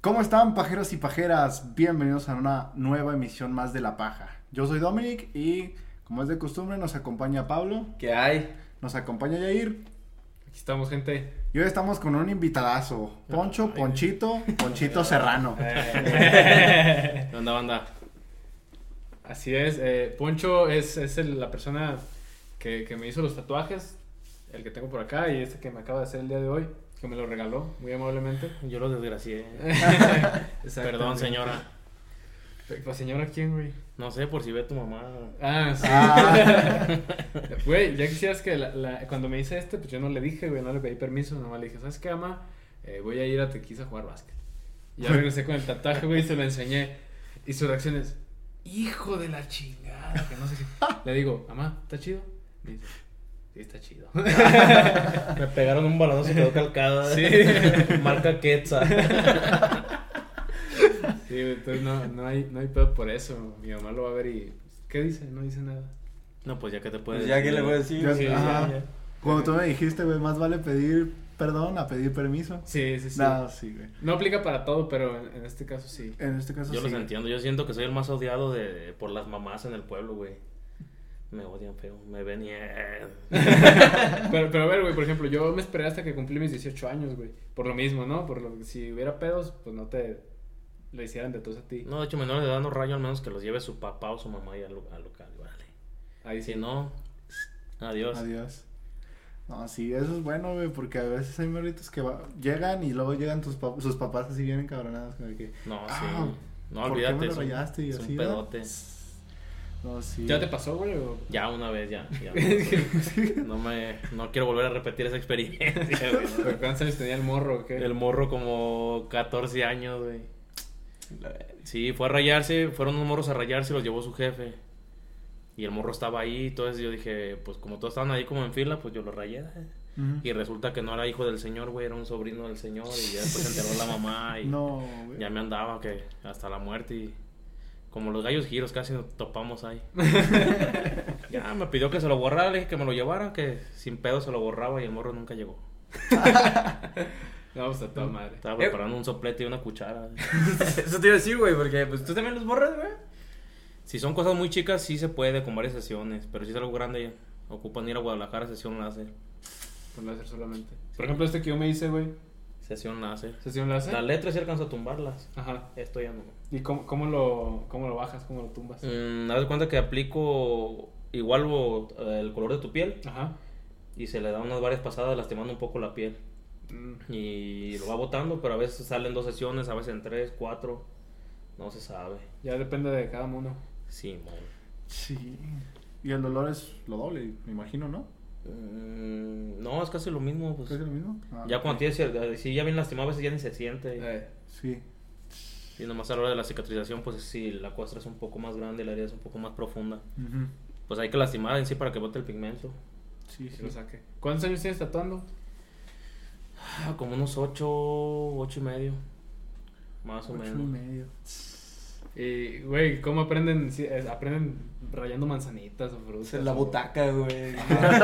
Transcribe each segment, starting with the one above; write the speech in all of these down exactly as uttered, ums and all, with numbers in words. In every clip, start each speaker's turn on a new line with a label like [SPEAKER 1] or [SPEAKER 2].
[SPEAKER 1] ¿Cómo están, pajeros y pajeras? Bienvenidos a una nueva emisión más de La Paja. Yo soy Dominic y, como es de costumbre, nos acompaña Pablo.
[SPEAKER 2] ¿Qué hay?
[SPEAKER 1] Nos acompaña Yair.
[SPEAKER 2] Aquí estamos, gente.
[SPEAKER 1] Y hoy estamos con un invitadazo. Poncho,
[SPEAKER 2] Ay,
[SPEAKER 1] Ponchito, Ponchito Serrano.
[SPEAKER 2] ¿Qué onda, banda? Así es, eh, Poncho es, es el- la persona que, que me hizo los tatuajes, el que tengo por acá, y este que me acaba de hacer el día de hoy, que me lo regaló muy amablemente.
[SPEAKER 3] Yo lo desgracié.
[SPEAKER 2] Exactamente.
[SPEAKER 3] Perdón, señora.
[SPEAKER 2] Pues, señora, ¿quién, güey?
[SPEAKER 3] No sé por si ve tu mamá.
[SPEAKER 2] Ah, sí.
[SPEAKER 1] Ah.
[SPEAKER 2] Güey, ya quisieras que la, la- cuando me hice este, pues yo no le dije, güey, no le pedí permiso, nomás le dije, ¿sabes qué, ama? Eh, voy a ir a Tequisa a jugar básquet. Y ya regresé con el tatuaje, güey, y se lo enseñé. Y su reacción es, hijo de la chingada, que no sé qué. Le digo, mamá, ¿está chido? Y dice, sí, está chido.
[SPEAKER 3] Me pegaron un balón, se quedó calcada.
[SPEAKER 2] Sí.
[SPEAKER 3] Marca Quetzal.
[SPEAKER 2] Sí, güey, entonces no, no, hay, no hay pedo por eso. Mi mamá lo va a ver y, ¿qué dice? No dice nada.
[SPEAKER 3] No, pues ya que te puedes.
[SPEAKER 4] Pues ya que le voy a decir.
[SPEAKER 1] Ya-
[SPEAKER 2] Sí,
[SPEAKER 1] ajá.
[SPEAKER 3] ya, ya.
[SPEAKER 1] Como tú me dijiste, güey, más vale pedir perdón a pedir permiso.
[SPEAKER 2] Sí, sí, sí.
[SPEAKER 1] No, sí, güey.
[SPEAKER 2] No aplica para todo, pero en, en este caso sí.
[SPEAKER 1] En este caso
[SPEAKER 3] Yo
[SPEAKER 1] sí.
[SPEAKER 3] los entiendo. Yo siento que soy el más odiado de por las mamás en el pueblo, güey. Me odian feo. Me ven y. eh.
[SPEAKER 2] Pero, pero a ver, güey, por ejemplo, yo me esperé hasta que cumplí mis dieciocho años, güey. Por lo mismo, ¿no? Por lo que si hubiera pedos, pues no te lo hicieran de todos a ti.
[SPEAKER 3] No, de hecho, menores de edad no rayo, al menos que los lleve su papá o su mamá ahí al, lu- al local. Vale.
[SPEAKER 2] Ahí sí.
[SPEAKER 3] Si no, adiós.
[SPEAKER 1] Adiós. No, sí, eso es bueno, güey, porque a veces hay morritos que va- llegan y luego llegan tus pap- sus papás así bien encabronados, como de que,
[SPEAKER 3] No, sí.
[SPEAKER 1] Ah,
[SPEAKER 3] No,
[SPEAKER 1] ¿por
[SPEAKER 3] olvídate.
[SPEAKER 1] qué me lo
[SPEAKER 3] es un-
[SPEAKER 1] rayaste? Y
[SPEAKER 3] es
[SPEAKER 1] así,
[SPEAKER 3] un
[SPEAKER 1] ¿verdad?
[SPEAKER 3] pedote.
[SPEAKER 1] No, sí.
[SPEAKER 2] ¿Ya te pasó, güey? O...
[SPEAKER 3] Ya una vez, ya. ya. No me, no quiero volver a repetir esa experiencia, güey.
[SPEAKER 2] ¿Pero ¿Cuántos años tenía el morro o qué?
[SPEAKER 3] El morro como catorce años, güey. Sí, fue a rayarse, fueron unos morros a rayarse y los llevó su jefe. Y el morro estaba ahí, entonces yo dije, pues como todos estaban ahí como en fila, pues yo lo rayé.
[SPEAKER 1] Ujú.
[SPEAKER 3] Y resulta que no era hijo del señor, güey, era un sobrino del señor. Y ya después se enteró la mamá y
[SPEAKER 1] No, güey.
[SPEAKER 3] ya me andaba que hasta la muerte. Y como los gallos giros, casi nos topamos ahí. Ya me pidió que se lo borrara, le dije que me lo llevara, que sin pedo se lo borraba y el morro nunca llegó.
[SPEAKER 2] No, pues a toda madre.
[SPEAKER 3] Estaba preparando un soplete y una cuchara.
[SPEAKER 4] Eso te iba a decir, güey, porque pues tú también los borras, güey.
[SPEAKER 3] Si son cosas muy chicas, sí se puede con varias sesiones. Pero si es algo grande, ocupan ir a Guadalajara, sesión láser.
[SPEAKER 2] Por láser solamente. Por ejemplo, este que yo me hice, güey.
[SPEAKER 3] Sesión láser.
[SPEAKER 2] ¿Sesión láser?
[SPEAKER 3] Las letras sí alcanzo a tumbarlas.
[SPEAKER 2] Ajá.
[SPEAKER 3] Esto ya no.
[SPEAKER 2] ¿Y cómo, cómo, lo, cómo lo bajas? ¿Cómo lo tumbas?
[SPEAKER 3] Mm, haz de cuenta que aplico igual o, eh, el color de tu piel
[SPEAKER 2] Ajá.
[SPEAKER 3] y se le da unas varias pasadas lastimando un poco la piel.
[SPEAKER 2] Mm.
[SPEAKER 3] Y lo va botando, pero a veces salen dos sesiones, a veces en tres, cuatro. No se sabe.
[SPEAKER 2] Ya depende de cada uno.
[SPEAKER 3] Sí, mon.
[SPEAKER 1] Sí. Y el dolor es lo doble, me imagino, ¿no?
[SPEAKER 3] Mm, no, es casi lo mismo. Pues.
[SPEAKER 1] ¿Es lo mismo? Ah,
[SPEAKER 3] Ya cuando tienes, eh, si ya bien lastimado, a veces ya ni se siente.
[SPEAKER 2] Eh,
[SPEAKER 1] Sí.
[SPEAKER 3] Y nomás a la hora de la cicatrización, pues si la costra es un poco más grande, la herida es un poco más profunda,
[SPEAKER 1] Ujú.
[SPEAKER 3] pues hay que lastimar en sí para que bote el pigmento.
[SPEAKER 1] Sí,
[SPEAKER 2] que
[SPEAKER 1] sí.
[SPEAKER 2] lo saque. ¿Cuántos años tienes tatuando?
[SPEAKER 3] Ah, como unos ocho, ocho y medio, más o
[SPEAKER 1] Ocho
[SPEAKER 3] menos.
[SPEAKER 1] y medio.
[SPEAKER 2] Y, güey, ¿cómo aprenden? Si- eh, ¿Aprenden rayando manzanitas o frutas?
[SPEAKER 4] En la
[SPEAKER 2] o-
[SPEAKER 4] butaca, güey.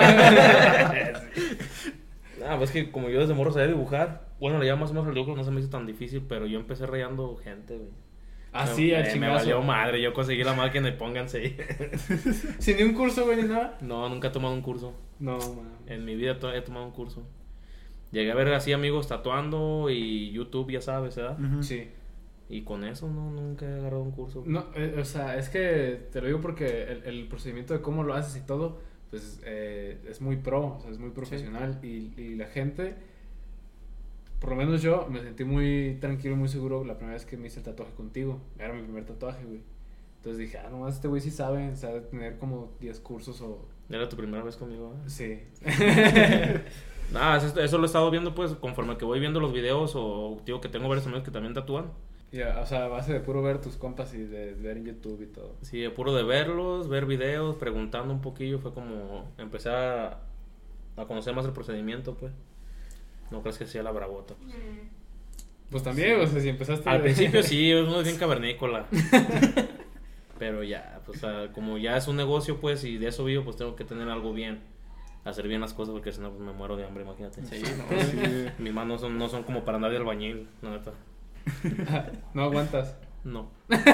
[SPEAKER 3] Ah, pues que como yo desde morro sabía dibujar, bueno, ya más o menos el dibujo no se me hizo tan difícil, pero yo empecé rayando gente, güey.
[SPEAKER 2] Ah, sí, al
[SPEAKER 3] me, me
[SPEAKER 2] chingazo.
[SPEAKER 3] valió madre, yo conseguí la máquina y pónganse ahí.
[SPEAKER 2] ¿Sin ni un curso, güey, ni nada?
[SPEAKER 3] No, nunca he tomado un curso.
[SPEAKER 2] No, man.
[SPEAKER 3] En mi vida to- he tomado un curso. Llegué a ver así amigos tatuando y YouTube, ya sabes, ¿verdad?
[SPEAKER 1] Ujú.
[SPEAKER 2] Sí.
[SPEAKER 3] Y con eso no, nunca he agarrado un curso.
[SPEAKER 2] No, eh, o sea, es que te lo digo porque el, el procedimiento de cómo lo haces y todo, pues eh, es muy pro, o sea, es muy profesional. Y, y la gente, por lo menos yo, me sentí muy tranquilo, muy seguro la primera vez que me hice el tatuaje contigo. Era mi primer tatuaje, güey. Entonces dije, ah, no, este güey sí sabe, sabe tener como diez cursos o...
[SPEAKER 3] Era tu primera vez conmigo, ¿eh?
[SPEAKER 2] Sí.
[SPEAKER 3] Nada, eso, eso lo he estado viendo pues conforme que voy viendo los videos o digo que tengo varios amigos que también tatúan.
[SPEAKER 2] Ya, o sea, a base de puro ver tus compas y de, de ver en YouTube y todo.
[SPEAKER 3] Sí, de puro de verlos, ver videos, preguntando un poquillo, fue como empezar a, a conocer más el procedimiento, pues. No crees que sea la bravota. Pues.
[SPEAKER 2] Pues también, o sea, si empezaste...
[SPEAKER 3] Al
[SPEAKER 2] de-
[SPEAKER 3] principio sí, uno es bien cavernícola. Pero ya, pues ah, como ya es un negocio, pues, y de eso vivo, pues tengo que tener algo bien. Hacer bien las cosas, porque si no, pues me muero de hambre, imagínate.
[SPEAKER 1] Sí, no, sí.
[SPEAKER 3] Mis manos no son, no son como para andar de albañil, la neta.
[SPEAKER 2] No aguantas.
[SPEAKER 3] No.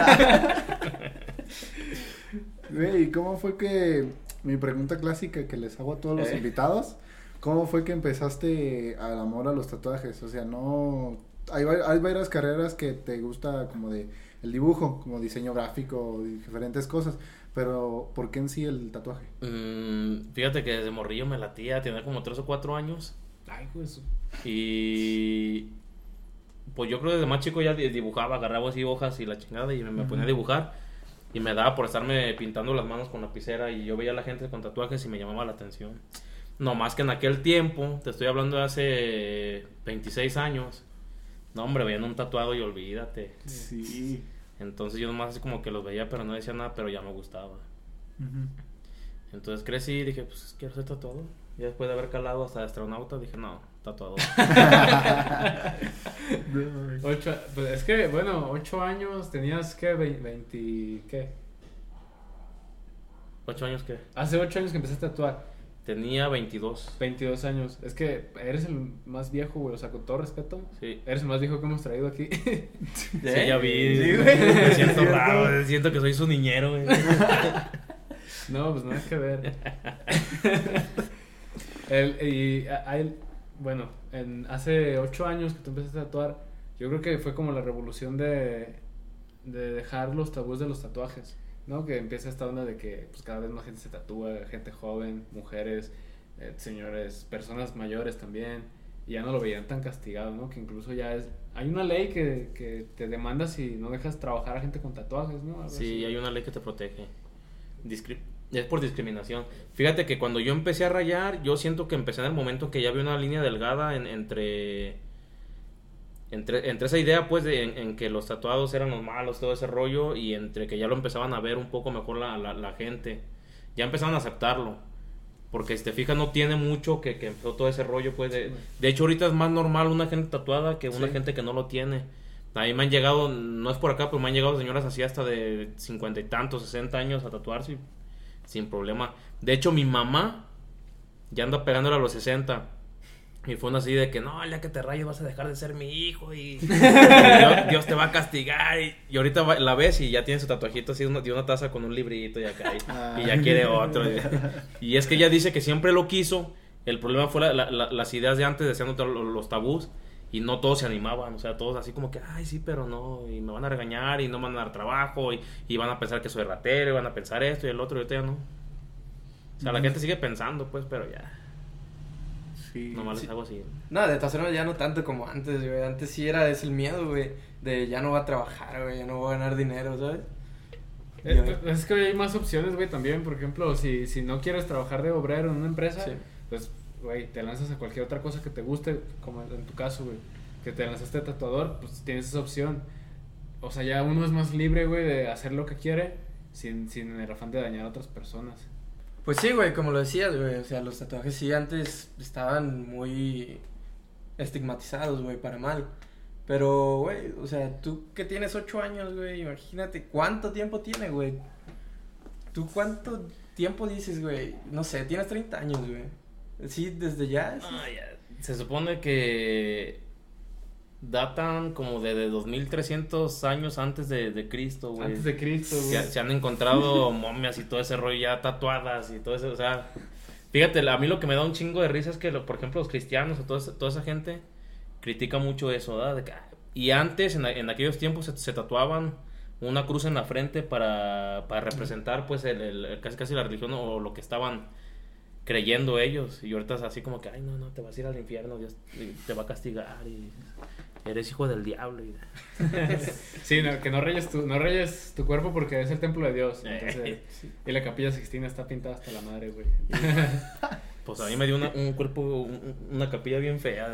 [SPEAKER 1] Güey, ¿cómo fue que, mi pregunta clásica que les hago a todos los
[SPEAKER 4] ¿Eh?
[SPEAKER 1] invitados, ¿cómo fue que empezaste al amor a los tatuajes? O sea, no, hay, va- hay varias carreras que te gusta como de el dibujo, como diseño gráfico y diferentes cosas, pero ¿por qué en sí el tatuaje?
[SPEAKER 3] Mm, fíjate que desde morrillo me latía, tenía como tres o cuatro años.
[SPEAKER 2] Ay, pues.
[SPEAKER 3] Y pues yo creo que desde más chico ya di- dibujaba, agarraba así hojas y la chingada y me, me ponía a dibujar. Y me daba por estarme pintando las manos con lapicera y yo veía a la gente con tatuajes y me llamaba la atención. No más que en aquel tiempo, te estoy hablando de hace veintiséis años. No, hombre, veían un tatuado y olvídate.
[SPEAKER 1] Sí.
[SPEAKER 3] Entonces yo nomás así como que los veía, pero no decía nada, pero ya me gustaba.
[SPEAKER 1] Ujú.
[SPEAKER 3] Entonces crecí y dije, pues quiero ser tatuador. Y después de haber calado hasta de astronauta, dije, no, tatuador.
[SPEAKER 2] Ocho, pues es que, bueno, ocho años, tenías que veinte, ¿qué?
[SPEAKER 3] ¿Ocho años qué?
[SPEAKER 2] Hace ocho años que empezaste a tatuar,
[SPEAKER 3] Tenía veintidós.
[SPEAKER 2] veintidós años. Es que eres el más viejo, güey, o sea, con todo respeto,
[SPEAKER 3] Sí.
[SPEAKER 2] eres el más viejo que hemos traído aquí.
[SPEAKER 3] Sí, ya vi.
[SPEAKER 4] Sí, güey.
[SPEAKER 3] Me siento
[SPEAKER 4] Es
[SPEAKER 3] raro,
[SPEAKER 4] cierto.
[SPEAKER 3] siento que soy su niñero, güey.
[SPEAKER 2] No, pues nada que ver. El, y a- a él, bueno, en, hace ocho años que tú empezaste a tatuar, yo creo que fue como la revolución de, de dejar los tabús de los tatuajes, ¿no? Que empieza esta onda de que pues cada vez más gente se tatúa, gente joven, mujeres, eh, señores, personas mayores también, y ya no lo veían tan castigado, ¿no? Que incluso ya es, hay una ley que, que te demanda si no dejas trabajar a gente con tatuajes, ¿no? Algo
[SPEAKER 3] Sí,
[SPEAKER 2] así.
[SPEAKER 3] hay una ley que te protege. Discri- es por discriminación. Fíjate que cuando yo empecé a rayar, yo siento que empecé en el momento que ya había una línea delgada en- entre, entre entre esa idea pues de, en, en que los tatuados eran los malos, todo ese rollo, y entre que ya lo empezaban a ver un poco mejor la, la, la gente. Ya empezaban a aceptarlo. Porque si te fijas no tiene mucho que, que empezó todo ese rollo pues de, de hecho ahorita es más normal una gente tatuada que una
[SPEAKER 2] Sí.
[SPEAKER 3] gente que no lo tiene. A mí me han llegado, no es por acá, pero me han llegado señoras así hasta de cincuenta y tantos, sesenta años a tatuarse y- sin problema. De hecho, mi mamá ya anda pegándole a los sesenta. Y fue una así de que, no, el día que te rayes vas a dejar de ser mi hijo y, y Dios, Dios te va a castigar. Y, y ahorita va- la ves y ya tiene su tatuajito así de una, de una taza con un librito y acá. Y, y ya quiere otro. Y, y es que ella dice que siempre lo quiso. El problema fue la- la- la- las ideas de antes, deseando todos los, los tabús. Y no todos se animaban, o sea, todos así como que, ay, sí, pero no, y me van a regañar y no me van a dar trabajo, y, y van a pensar que soy ratero, y van a pensar esto y el otro, y ahorita ya no. O sea, la gente sigue pensando, pues, pero ya,
[SPEAKER 1] Sí.
[SPEAKER 3] nomás
[SPEAKER 4] Sí.
[SPEAKER 3] les hago así.
[SPEAKER 4] No, de todas formas ya no tanto como antes, güey. Antes sí era ese el miedo, güey. De ya no voy a trabajar, güey. Ya no voy a ganar dinero, ¿sabes?
[SPEAKER 2] Eh, Es que hay más opciones, güey, también. Por ejemplo, si, si no quieres trabajar de obrero en una empresa,
[SPEAKER 4] Sí.
[SPEAKER 2] pues, güey, te lanzas a cualquier otra cosa que te guste, como en tu caso, güey, que te lanzaste a tatuador, pues tienes esa opción. O sea, ya uno es más libre, güey, de hacer lo que quiere sin, sin el afán de dañar a otras personas.
[SPEAKER 4] Pues sí, güey, como lo decías, güey. O sea, los tatuajes sí antes estaban muy estigmatizados, güey, para mal. Pero, güey, o sea, tú que tienes ocho años, güey, imagínate cuánto tiempo tiene, güey. ¿Tú cuánto tiempo dices, güey? No sé, tienes treinta años, güey. Sí, desde ya. sí.
[SPEAKER 3] Ah, ya. Se supone que datan como de, de dos mil trescientos años antes de, de Cristo, güey.
[SPEAKER 2] Antes de Cristo, güey.
[SPEAKER 3] Se, se han encontrado momias y todo ese rollo ya tatuadas y todo eso, o sea, fíjate, a mí lo que me da un chingo de risa es que, lo- por ejemplo, los cristianos o toda esa, toda esa gente critica mucho eso, ¿verdad? De que, ah, y antes, en, a- en aquellos tiempos, se, se tatuaban una cruz en la frente para, para representar, pues, el, el- el- casi casi la religión o lo que estaban creyendo ellos, y ahorita es así como que, ay, no, no, te vas a ir al infierno, Dios te va a castigar y eres hijo del diablo. Y...
[SPEAKER 2] Sí, no, que no rayes, tu, no rayes tu cuerpo porque es el templo de Dios.
[SPEAKER 3] Eh,
[SPEAKER 2] Entonces,
[SPEAKER 3] sí.
[SPEAKER 2] Y la capilla Sixtina está pintada hasta la madre, güey.
[SPEAKER 3] Pues a mí me dio una- un cuerpo, un- una capilla bien fea.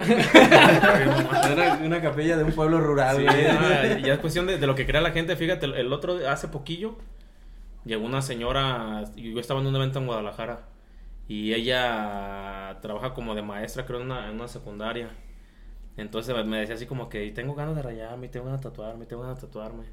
[SPEAKER 4] Era una capilla de un pueblo rural,
[SPEAKER 3] Sí,
[SPEAKER 4] güey.
[SPEAKER 3] no, ya es cuestión de, de lo que crea la gente. Fíjate, el, el otro, hace poquillo, llegó una señora, y yo estaba en un evento en Guadalajara, y ella trabaja como de maestra, creo, en una, en una secundaria. Entonces me decía así como que, tengo ganas de rayarme, tengo ganas de tatuarme, tengo ganas de tatuarme.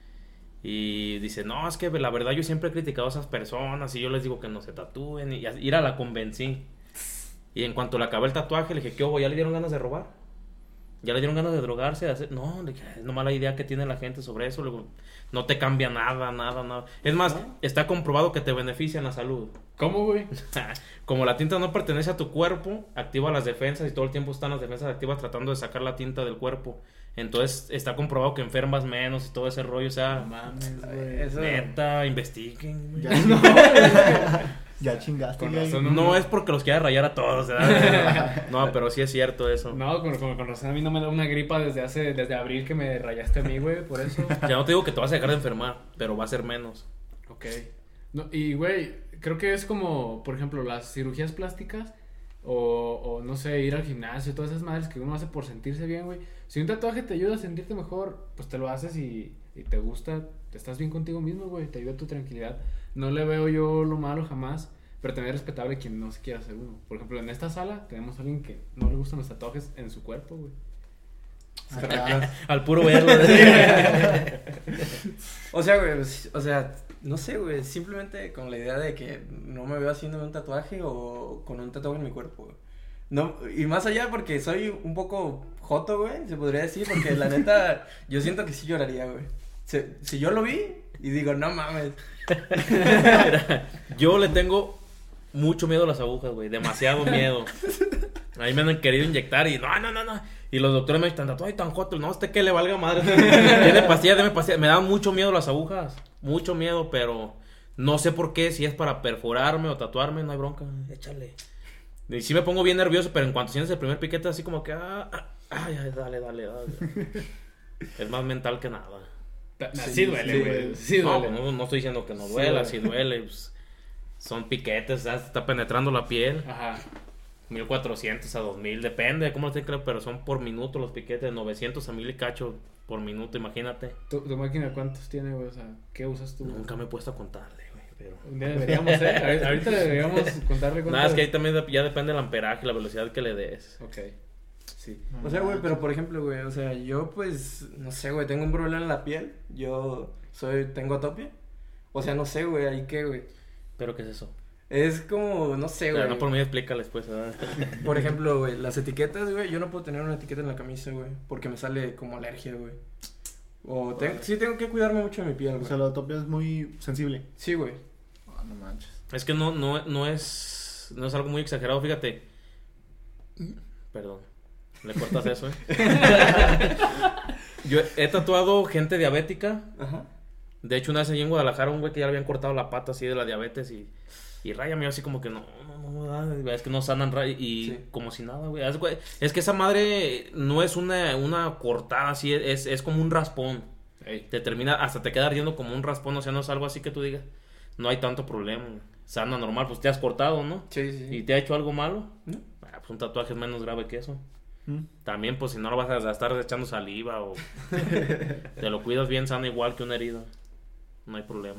[SPEAKER 3] Y dice, no, es que la verdad yo siempre he criticado a esas personas, y yo les digo que no se tatúen, y así- ir a la convencí. Y en cuanto le acabé el tatuaje, le dije, ¿qué hubo? ¿Ya le dieron ganas de robar? Ya le dieron ganas de drogarse, de hacer... No, es nomás la idea que tiene la gente sobre eso. Luego, no te cambia nada, nada, nada. Es más, ¿no? Está comprobado que te beneficia en la salud.
[SPEAKER 2] ¿Cómo, güey?
[SPEAKER 3] Como la tinta no pertenece a tu cuerpo, activa las defensas y todo el tiempo están las defensas activas tratando de sacar la tinta del cuerpo. Entonces está comprobado que enfermas menos y todo ese rollo. O sea,
[SPEAKER 2] no mames, güey.
[SPEAKER 3] Eso... Neta, investiguen, güey.
[SPEAKER 1] Ya, no. Ya chingaste.
[SPEAKER 2] Con
[SPEAKER 1] güey.
[SPEAKER 2] razón,
[SPEAKER 3] No,
[SPEAKER 2] no,
[SPEAKER 3] no es porque los quiera rayar a todos, ¿verdad? No, pero sí es cierto eso.
[SPEAKER 2] No, con, con, con razón a mí no me da una gripa desde hace desde abril que me rayaste a mí, güey, por eso.
[SPEAKER 3] Ya no te digo que te vas a dejar de enfermar, pero va a ser menos.
[SPEAKER 2] Ok. No, y, güey, creo que es como, por ejemplo, las cirugías plásticas o, o, no sé, ir al gimnasio, todas esas madres que uno hace por sentirse bien, güey. Si un tatuaje te ayuda a sentirte mejor, pues te lo haces y, y te gusta, te estás bien contigo mismo, güey, te ayuda a tu tranquilidad. No le veo yo lo malo jamás, pero también es respetable quien no se quiera hacer uno. Por ejemplo, en esta sala tenemos a alguien que no le gustan los tatuajes en su cuerpo, güey.
[SPEAKER 1] Acá.
[SPEAKER 3] Al puro verlo.
[SPEAKER 4] O sea, güey, o sea, no sé, güey, simplemente con la idea de que no me veo haciendo un tatuaje o con un tatuaje en mi cuerpo, güey. No, y más allá porque soy un poco joto, güey, se podría decir, porque la neta, yo siento que sí lloraría, güey. Si, si yo lo vi y digo, no mames.
[SPEAKER 3] Mira, yo le tengo mucho miedo a las agujas, güey, demasiado miedo. A mí me han querido inyectar y no, no, no, no. Y los doctores me dicen, ay, tan joto, no, este que le valga madre. Tiene pastillas, deme pastillas. Me da mucho miedo las agujas, mucho miedo, pero no sé por qué, si es para perforarme o tatuarme, no hay bronca, échale. Y sí me pongo bien nervioso, pero en cuanto sientes el primer piquete, así como que, ah, ah, ay, ay, dale, dale, dale. Es más mental que nada.
[SPEAKER 2] Sí, sí duele, güey. Sí, sí
[SPEAKER 3] no,
[SPEAKER 2] duele.
[SPEAKER 3] no, no estoy diciendo que no duela, sí duele. Sí duele pues, son piquetes, ¿sabes? Está penetrando la piel.
[SPEAKER 2] Ajá.
[SPEAKER 3] mil cuatrocientos a dos mil, depende de cómo te creas, pero son por minuto los piquetes, novecientos a mil y cacho por minuto, imagínate.
[SPEAKER 2] ¿Tu, tu máquina cuántos tiene, güey? O sea, ¿qué usas tú?
[SPEAKER 3] Nunca me he puesto a contarle, güey, pero...
[SPEAKER 2] Un día deberíamos, ¿eh? Ahorita deberíamos contarle cuánto.
[SPEAKER 3] Nada, es que ahí también ya depende del amperaje, la velocidad que le des.
[SPEAKER 2] Ok, sí.
[SPEAKER 4] O sea, güey, pero por ejemplo, güey, o sea, yo pues, no sé, güey, tengo un problema en la piel, yo soy, tengo atopia. O sea, no sé, güey, ahí qué, güey.
[SPEAKER 3] ¿Pero qué es eso?
[SPEAKER 4] Es como, no sé, güey.
[SPEAKER 3] Pero no por mí, explícales, pues. ¿verdad?
[SPEAKER 4] Por ejemplo, güey, las etiquetas, güey, yo no puedo tener una etiqueta en la camisa, güey, porque me sale como alergia, güey. O tengo, sí tengo que cuidarme mucho de mi piel,
[SPEAKER 1] O
[SPEAKER 4] güey.
[SPEAKER 1] sea, la atopia es muy sensible.
[SPEAKER 4] Sí, güey.
[SPEAKER 1] Ah, no manches.
[SPEAKER 3] Es que no, no, no es no es algo muy exagerado, fíjate. Perdón, le cortas eso, eh. Yo he tatuado gente diabética.
[SPEAKER 4] Ajá.
[SPEAKER 3] De hecho, una vez allí en Guadalajara, un güey que ya le habían cortado la pata así de la diabetes y, y raya mío así como que no, no, no, no, es que no sanan raya y
[SPEAKER 4] Sí.
[SPEAKER 3] como si nada, güey. Es, güey, es que esa madre no es una, una cortada así, es, es como un raspón.
[SPEAKER 2] Hey.
[SPEAKER 3] Te termina, hasta te queda ardiendo como un raspón, o sea, no es algo así que tú digas, no hay tanto problema, güey. Sana normal, pues te has cortado, ¿no?
[SPEAKER 4] Sí, sí, sí.
[SPEAKER 3] ¿Y te ha hecho algo malo?
[SPEAKER 4] ¿No?
[SPEAKER 3] Ah, pues un tatuaje es menos grave que eso.
[SPEAKER 1] ¿Mm?
[SPEAKER 3] También, pues si no lo vas a estar echando saliva o te lo cuidas bien sana igual que una herida. No hay problema.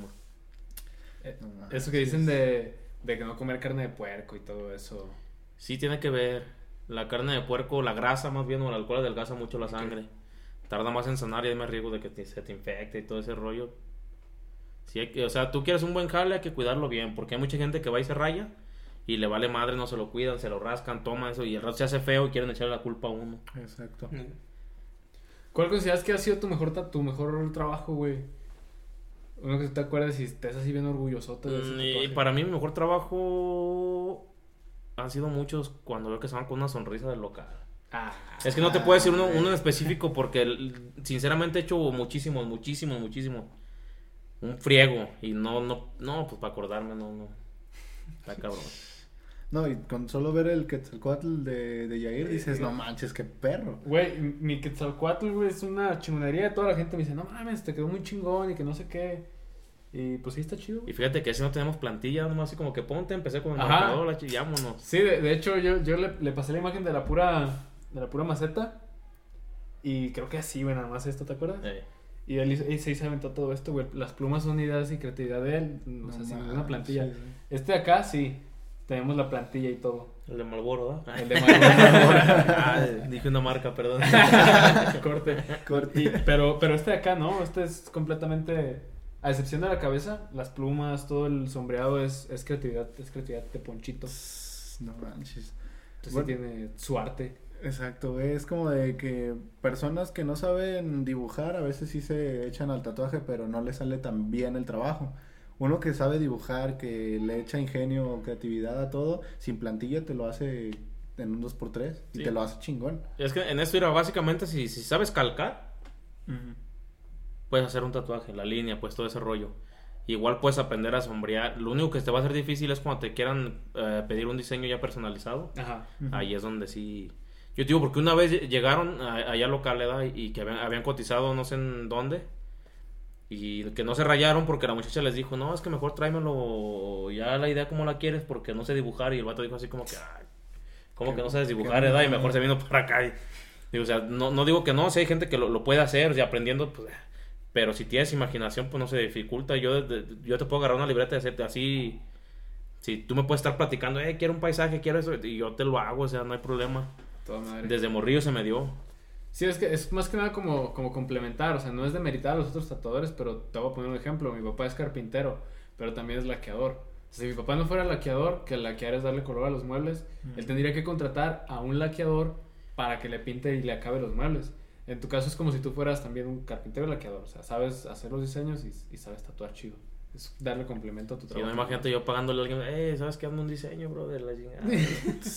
[SPEAKER 2] Eh,
[SPEAKER 1] No manches.
[SPEAKER 2] Eso que dicen de, de que no comer carne de puerco y todo eso.
[SPEAKER 3] Sí tiene que ver. La carne de puerco, la grasa más bien, o el alcohol adelgaza mucho la sangre. Tarda más en sanar y hay más riesgo de que te, se te infecte y todo ese rollo. Sí hay que, o sea, tú quieres un buen jale, hay que cuidarlo bien, porque hay mucha gente que va y se raya y le vale madre, no se lo cuidan, se lo rascan, toman eso y el rato se hace feo y quieren echarle la culpa a uno.
[SPEAKER 1] Exacto.
[SPEAKER 4] Mm.
[SPEAKER 2] ¿Cuál consideras que ha sido tu mejor ta- tu mejor trabajo, güey? Uno que te acuerdas y estés así bien orgullosote de ese
[SPEAKER 3] Mm, Y
[SPEAKER 2] tatuaje.
[SPEAKER 3] para mí mi mejor trabajo han sido muchos cuando veo que se van con una sonrisa del local.
[SPEAKER 2] Ah,
[SPEAKER 3] Es que no te puedo decir uno, uno en específico porque el- sinceramente he hecho muchísimos, muchísimos, muchísimos. Un friego y no, no, no, pues para acordarme, no, no. Está cabrón.
[SPEAKER 1] No, y con solo ver el Quetzalcóatl de, de Yair dices,
[SPEAKER 2] Sí.
[SPEAKER 1] no manches, qué perro.
[SPEAKER 2] Güey, mi Quetzalcóatl, güey, es una chingonería. Toda la gente me dice, no mames, te quedó muy chingón y que no sé qué. Y pues sí, está chido,
[SPEAKER 3] Y
[SPEAKER 2] güey.
[SPEAKER 3] fíjate que así no tenemos plantilla, nomás así como que ponte, empecé con el
[SPEAKER 2] Ajá.
[SPEAKER 3] marcador, la chi- y vámonos.
[SPEAKER 2] Sí, de, de hecho, yo, yo le, le pasé la imagen de la pura de la pura maceta. Y creo que así, güey, nada más esto, ¿te acuerdas?
[SPEAKER 3] Eh,
[SPEAKER 2] Y él hizo- y se aventó todo esto, güey. Las plumas son ideas y creatividad de él. O
[SPEAKER 1] No
[SPEAKER 2] sea, sin
[SPEAKER 1] manches.
[SPEAKER 2] ninguna plantilla. Este de acá, sí. Tenemos la plantilla y todo.
[SPEAKER 3] el de Malboro, ¿verdad?
[SPEAKER 2] El de Marlboro.
[SPEAKER 3] Ah, dije una marca, perdón.
[SPEAKER 2] Corte.
[SPEAKER 1] Cortito.
[SPEAKER 2] Pero, pero este de acá, ¿no? Este es completamente... A excepción de la cabeza, las plumas, todo el sombreado es, es creatividad. Es creatividad de Ponchito.
[SPEAKER 1] No manches.
[SPEAKER 2] Entonces
[SPEAKER 1] Bueno.
[SPEAKER 2] sí tiene su arte.
[SPEAKER 1] Exacto, güey, es como de que personas que no saben dibujar a veces sí se echan al tatuaje, pero no les sale tan bien el trabajo. Uno que sabe dibujar, que le echa ingenio, creatividad a todo, sin plantilla te lo hace en un dos por tres y
[SPEAKER 3] Sí.
[SPEAKER 1] te lo hace chingón.
[SPEAKER 3] Es que en esto era básicamente si, si sabes calcar, puedes hacer un tatuaje, la línea, pues todo ese rollo. Igual puedes aprender a sombrear. Lo único que te va a hacer difícil es cuando te quieran eh, pedir un diseño ya personalizado.
[SPEAKER 2] Ajá.
[SPEAKER 1] Ujú.
[SPEAKER 3] Ahí es donde sí. Yo te digo, porque una vez llegaron a- allá a Localeda y que habían, habían cotizado no sé en dónde. Y que no se rayaron porque la muchacha les dijo, no, es que mejor tráemelo ya la idea como la quieres porque no sé dibujar. Y el vato dijo así como que, ay, ¿cómo que no sabes dibujar,
[SPEAKER 1] qué
[SPEAKER 3] edad? Y
[SPEAKER 1] mal.
[SPEAKER 3] mejor se vino para acá. Y, digo, o sea, no, no digo que no, si hay gente que lo, lo puede hacer y aprendiendo, pues, pero si tienes imaginación, pues no se dificulta. Yo, de- de- yo te puedo agarrar una libreta y hacerte así. Si tú me puedes estar platicando, eh, quiero un paisaje, quiero eso, y yo te lo hago, o sea, no hay problema.
[SPEAKER 2] Toda madre.
[SPEAKER 3] Desde morrillo se me dio.
[SPEAKER 2] Sí, es que es más que nada como, como complementar, o sea, no es demeritar a los otros tatuadores, pero te voy a poner un ejemplo. Mi papá es carpintero, pero también es laqueador. O sea, si mi papá no fuera laqueador, que laquear es darle color a los muebles,
[SPEAKER 1] Mm.
[SPEAKER 2] él tendría que contratar a un laqueador para que le pinte y le acabe los muebles. En tu caso es como si tú fueras también un carpintero y laqueador, o sea, sabes hacer los diseños y, y sabes tatuar chido. Es darle complemento a tu
[SPEAKER 3] Si
[SPEAKER 2] trabajo.
[SPEAKER 3] no, imagínate yo pagándole a alguien, eh, ¿sabes qué? Hazme un diseño, bro, de la chingada.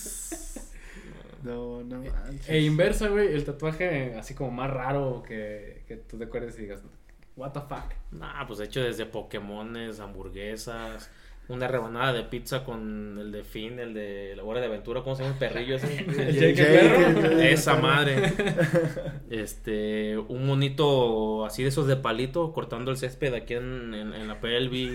[SPEAKER 1] No, no manches.
[SPEAKER 2] E inversa, güey, el tatuaje así como más raro que, que tú te acuerdes y digas, what the fuck.
[SPEAKER 3] Nah, pues he hecho desde Pokémones, hamburguesas, una rebanada de pizza con el de Finn, el de la hora de aventura, ¿cómo se llama el perrillo ese?
[SPEAKER 2] El
[SPEAKER 1] Jake,
[SPEAKER 2] Jake el perro.
[SPEAKER 1] el- el-
[SPEAKER 3] Esa
[SPEAKER 1] el-
[SPEAKER 3] madre. Este, un monito así de esos de palito cortando el césped aquí en, en, en la pelvis.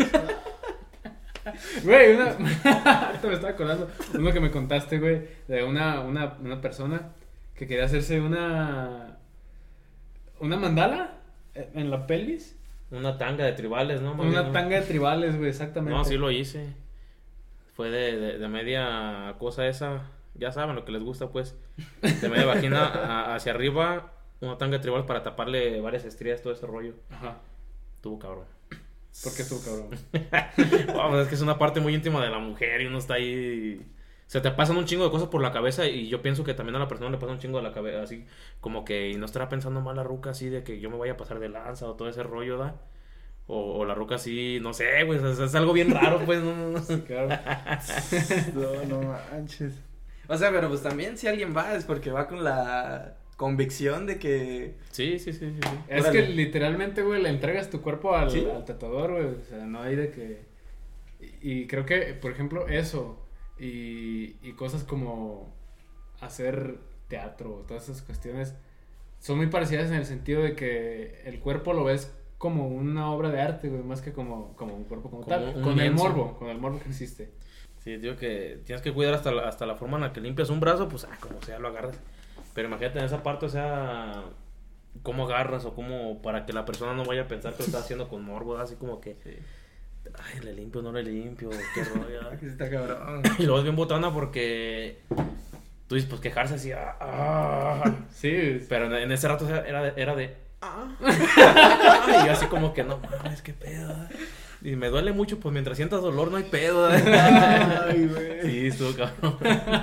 [SPEAKER 2] Güey, una... ahorita me estaba acordando. Uno que me contaste, güey, de una, una, una persona que quería hacerse una... Una mandala en la pelvis.
[SPEAKER 3] Una tanga de tribales, ¿no? Más
[SPEAKER 2] Una
[SPEAKER 3] bien, ¿no?
[SPEAKER 2] tanga de tribales, güey, exactamente.
[SPEAKER 3] No, sí lo hice. Fue de, de, de media cosa esa. Ya saben lo que les gusta, pues. De media vagina a- hacia arriba. Una tanga de tribal para taparle varias estrías, todo ese rollo.
[SPEAKER 2] Ajá.
[SPEAKER 3] Tuvo cabrón.
[SPEAKER 2] ¿Por qué tú, cabrón?
[SPEAKER 3] Wow, pues es que es una parte muy íntima de la mujer y uno está ahí. Se te pasan un chingo de cosas por la cabeza y yo pienso que también a la persona le pasa un chingo de la cabeza, así como que no estará pensando mal la ruca así de que yo me vaya a pasar de lanza o todo ese rollo, ¿da? O, o la ruca así, no sé, güey, es, es algo bien raro, pues, no, no, no.
[SPEAKER 2] Claro.
[SPEAKER 1] No, no manches.
[SPEAKER 4] O sea, pero pues también si alguien va es porque va con la convicción de que...
[SPEAKER 3] Sí, sí, sí, sí, sí.
[SPEAKER 2] Es
[SPEAKER 4] Órale.
[SPEAKER 2] que literalmente, güey, le entregas tu cuerpo al,
[SPEAKER 4] Sí.
[SPEAKER 2] al tatuador, güey. O sea, no hay de que... Y, y creo que, por ejemplo, eso y, y cosas como hacer teatro, todas esas cuestiones, son muy parecidas en el sentido de que el cuerpo lo ves como una obra de arte, güey, más que como, como un cuerpo como,
[SPEAKER 3] Como
[SPEAKER 2] tal.
[SPEAKER 3] un
[SPEAKER 2] Con el
[SPEAKER 3] lienzo.
[SPEAKER 2] morbo, con el morbo que existe.
[SPEAKER 3] Sí, digo que tienes que cuidar hasta la, hasta la forma en la que limpias un brazo, pues, ah, como sea, lo agarras. Pero imagínate en esa parte, o sea, cómo agarras o cómo, para que la persona no vaya a pensar que lo está haciendo con morbo, así como que, ay, le limpio, no le limpio, qué rollo. ¿eh?
[SPEAKER 4] que está cabrón.
[SPEAKER 3] Y luego es bien botana porque tú dices, pues quejarse así, ah, ah.
[SPEAKER 2] Sí,
[SPEAKER 3] Pero en, en ese rato o sea, era, de- era de, ah. Y yo así como que, no mames, qué pedo. ¿eh? Y me duele mucho, pues mientras sientas dolor no hay pedo. ¿eh?
[SPEAKER 1] Ay, güey.
[SPEAKER 3] Sí, estuvo cabrón.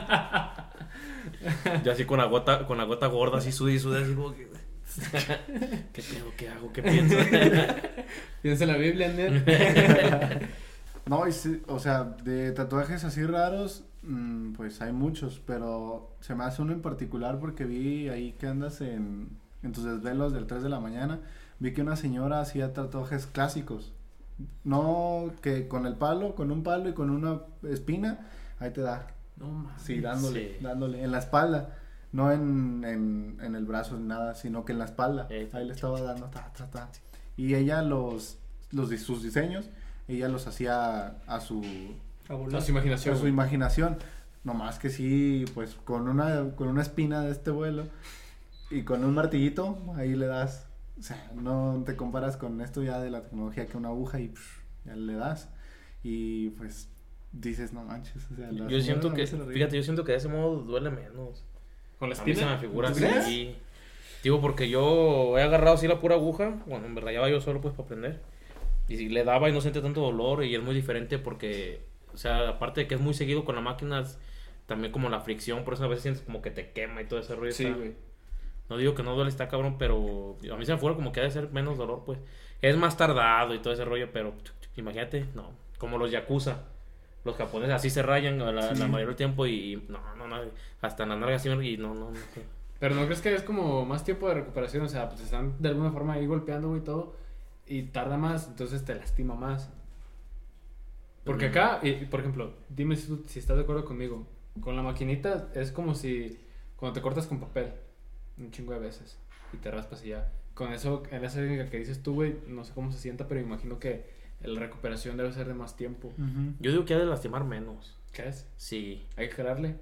[SPEAKER 3] Yo así con la gota, con la gota gorda, así sudé y sudé, así como que, ¿qué pedo, qué hago, qué pienso?
[SPEAKER 2] piensa en la Biblia, Ned.
[SPEAKER 1] No, y sí, o sea, de tatuajes así raros, mm, pues hay muchos, pero se me hace uno en particular porque vi ahí que andas en, en tus desvelos del tres de la mañana, vi que una señora hacía tatuajes clásicos. No que con el palo, con un palo y con una espina, ahí te da.
[SPEAKER 2] No mames.
[SPEAKER 1] Sí, dándole,
[SPEAKER 3] Sí.
[SPEAKER 1] dándole, en la espalda, no en, en, en el brazo ni nada, sino que en la espalda,
[SPEAKER 3] Eh,
[SPEAKER 1] ahí le estaba dando, ta, ta, ta. Y ella los, los, de sus diseños, ella los hacía a su,
[SPEAKER 2] A su imaginación.
[SPEAKER 1] a su imaginación, no más que sí, pues con una, con una espina de este vuelo y con un martillito, ahí le das, o sea, no te comparas con esto ya de la tecnología que una aguja y psh, ya le das, y pues dices, no manches, o sea, la
[SPEAKER 3] Yo
[SPEAKER 1] señora
[SPEAKER 3] siento
[SPEAKER 1] no
[SPEAKER 3] que,
[SPEAKER 1] se lo ríe.
[SPEAKER 3] fíjate, yo siento que de ese modo duele menos.
[SPEAKER 2] Con la
[SPEAKER 3] A mí se
[SPEAKER 2] espina.
[SPEAKER 3] me figura
[SPEAKER 1] ¿Tú crees?
[SPEAKER 3] así. Digo, porque yo he agarrado así la pura aguja, cuando me rayaba yo solo pues para aprender. Y si le daba y no sentía tanto dolor y es muy diferente porque, o sea, aparte de que es muy seguido con la máquina, es- también como la fricción, por eso a veces sientes como que te quema y todo ese rollo.
[SPEAKER 2] Sí,
[SPEAKER 3] está-
[SPEAKER 2] güey.
[SPEAKER 3] No digo que no duele, está cabrón, pero a mí se me fue como que ha de ser menos dolor, pues. Es más tardado y todo ese rollo, pero imagínate, no. Como los yakuza. Los japoneses así se rayan la, la
[SPEAKER 1] Sí.
[SPEAKER 3] mayoría del tiempo y no, no, no. Hasta en la nalga así y no, no, no. sé.
[SPEAKER 2] Pero ¿no crees que es como más tiempo de recuperación? O sea, pues están de alguna forma ahí golpeando, güey, todo. Y tarda más, entonces te lastima más. Porque
[SPEAKER 3] Mm.
[SPEAKER 2] acá, y, por ejemplo, dime si, tú- si estás de acuerdo conmigo. Con la maquinita es como si cuando te cortas con papel un chingo de veces y te raspas y ya. Con eso, en esa técnica que dices tú, güey, no sé cómo se sienta, pero imagino que la recuperación debe ser de más tiempo.
[SPEAKER 1] Ujú.
[SPEAKER 3] Yo digo que ha de lastimar menos.
[SPEAKER 2] ¿Qué es?
[SPEAKER 3] Sí.
[SPEAKER 2] Hay que jalarle.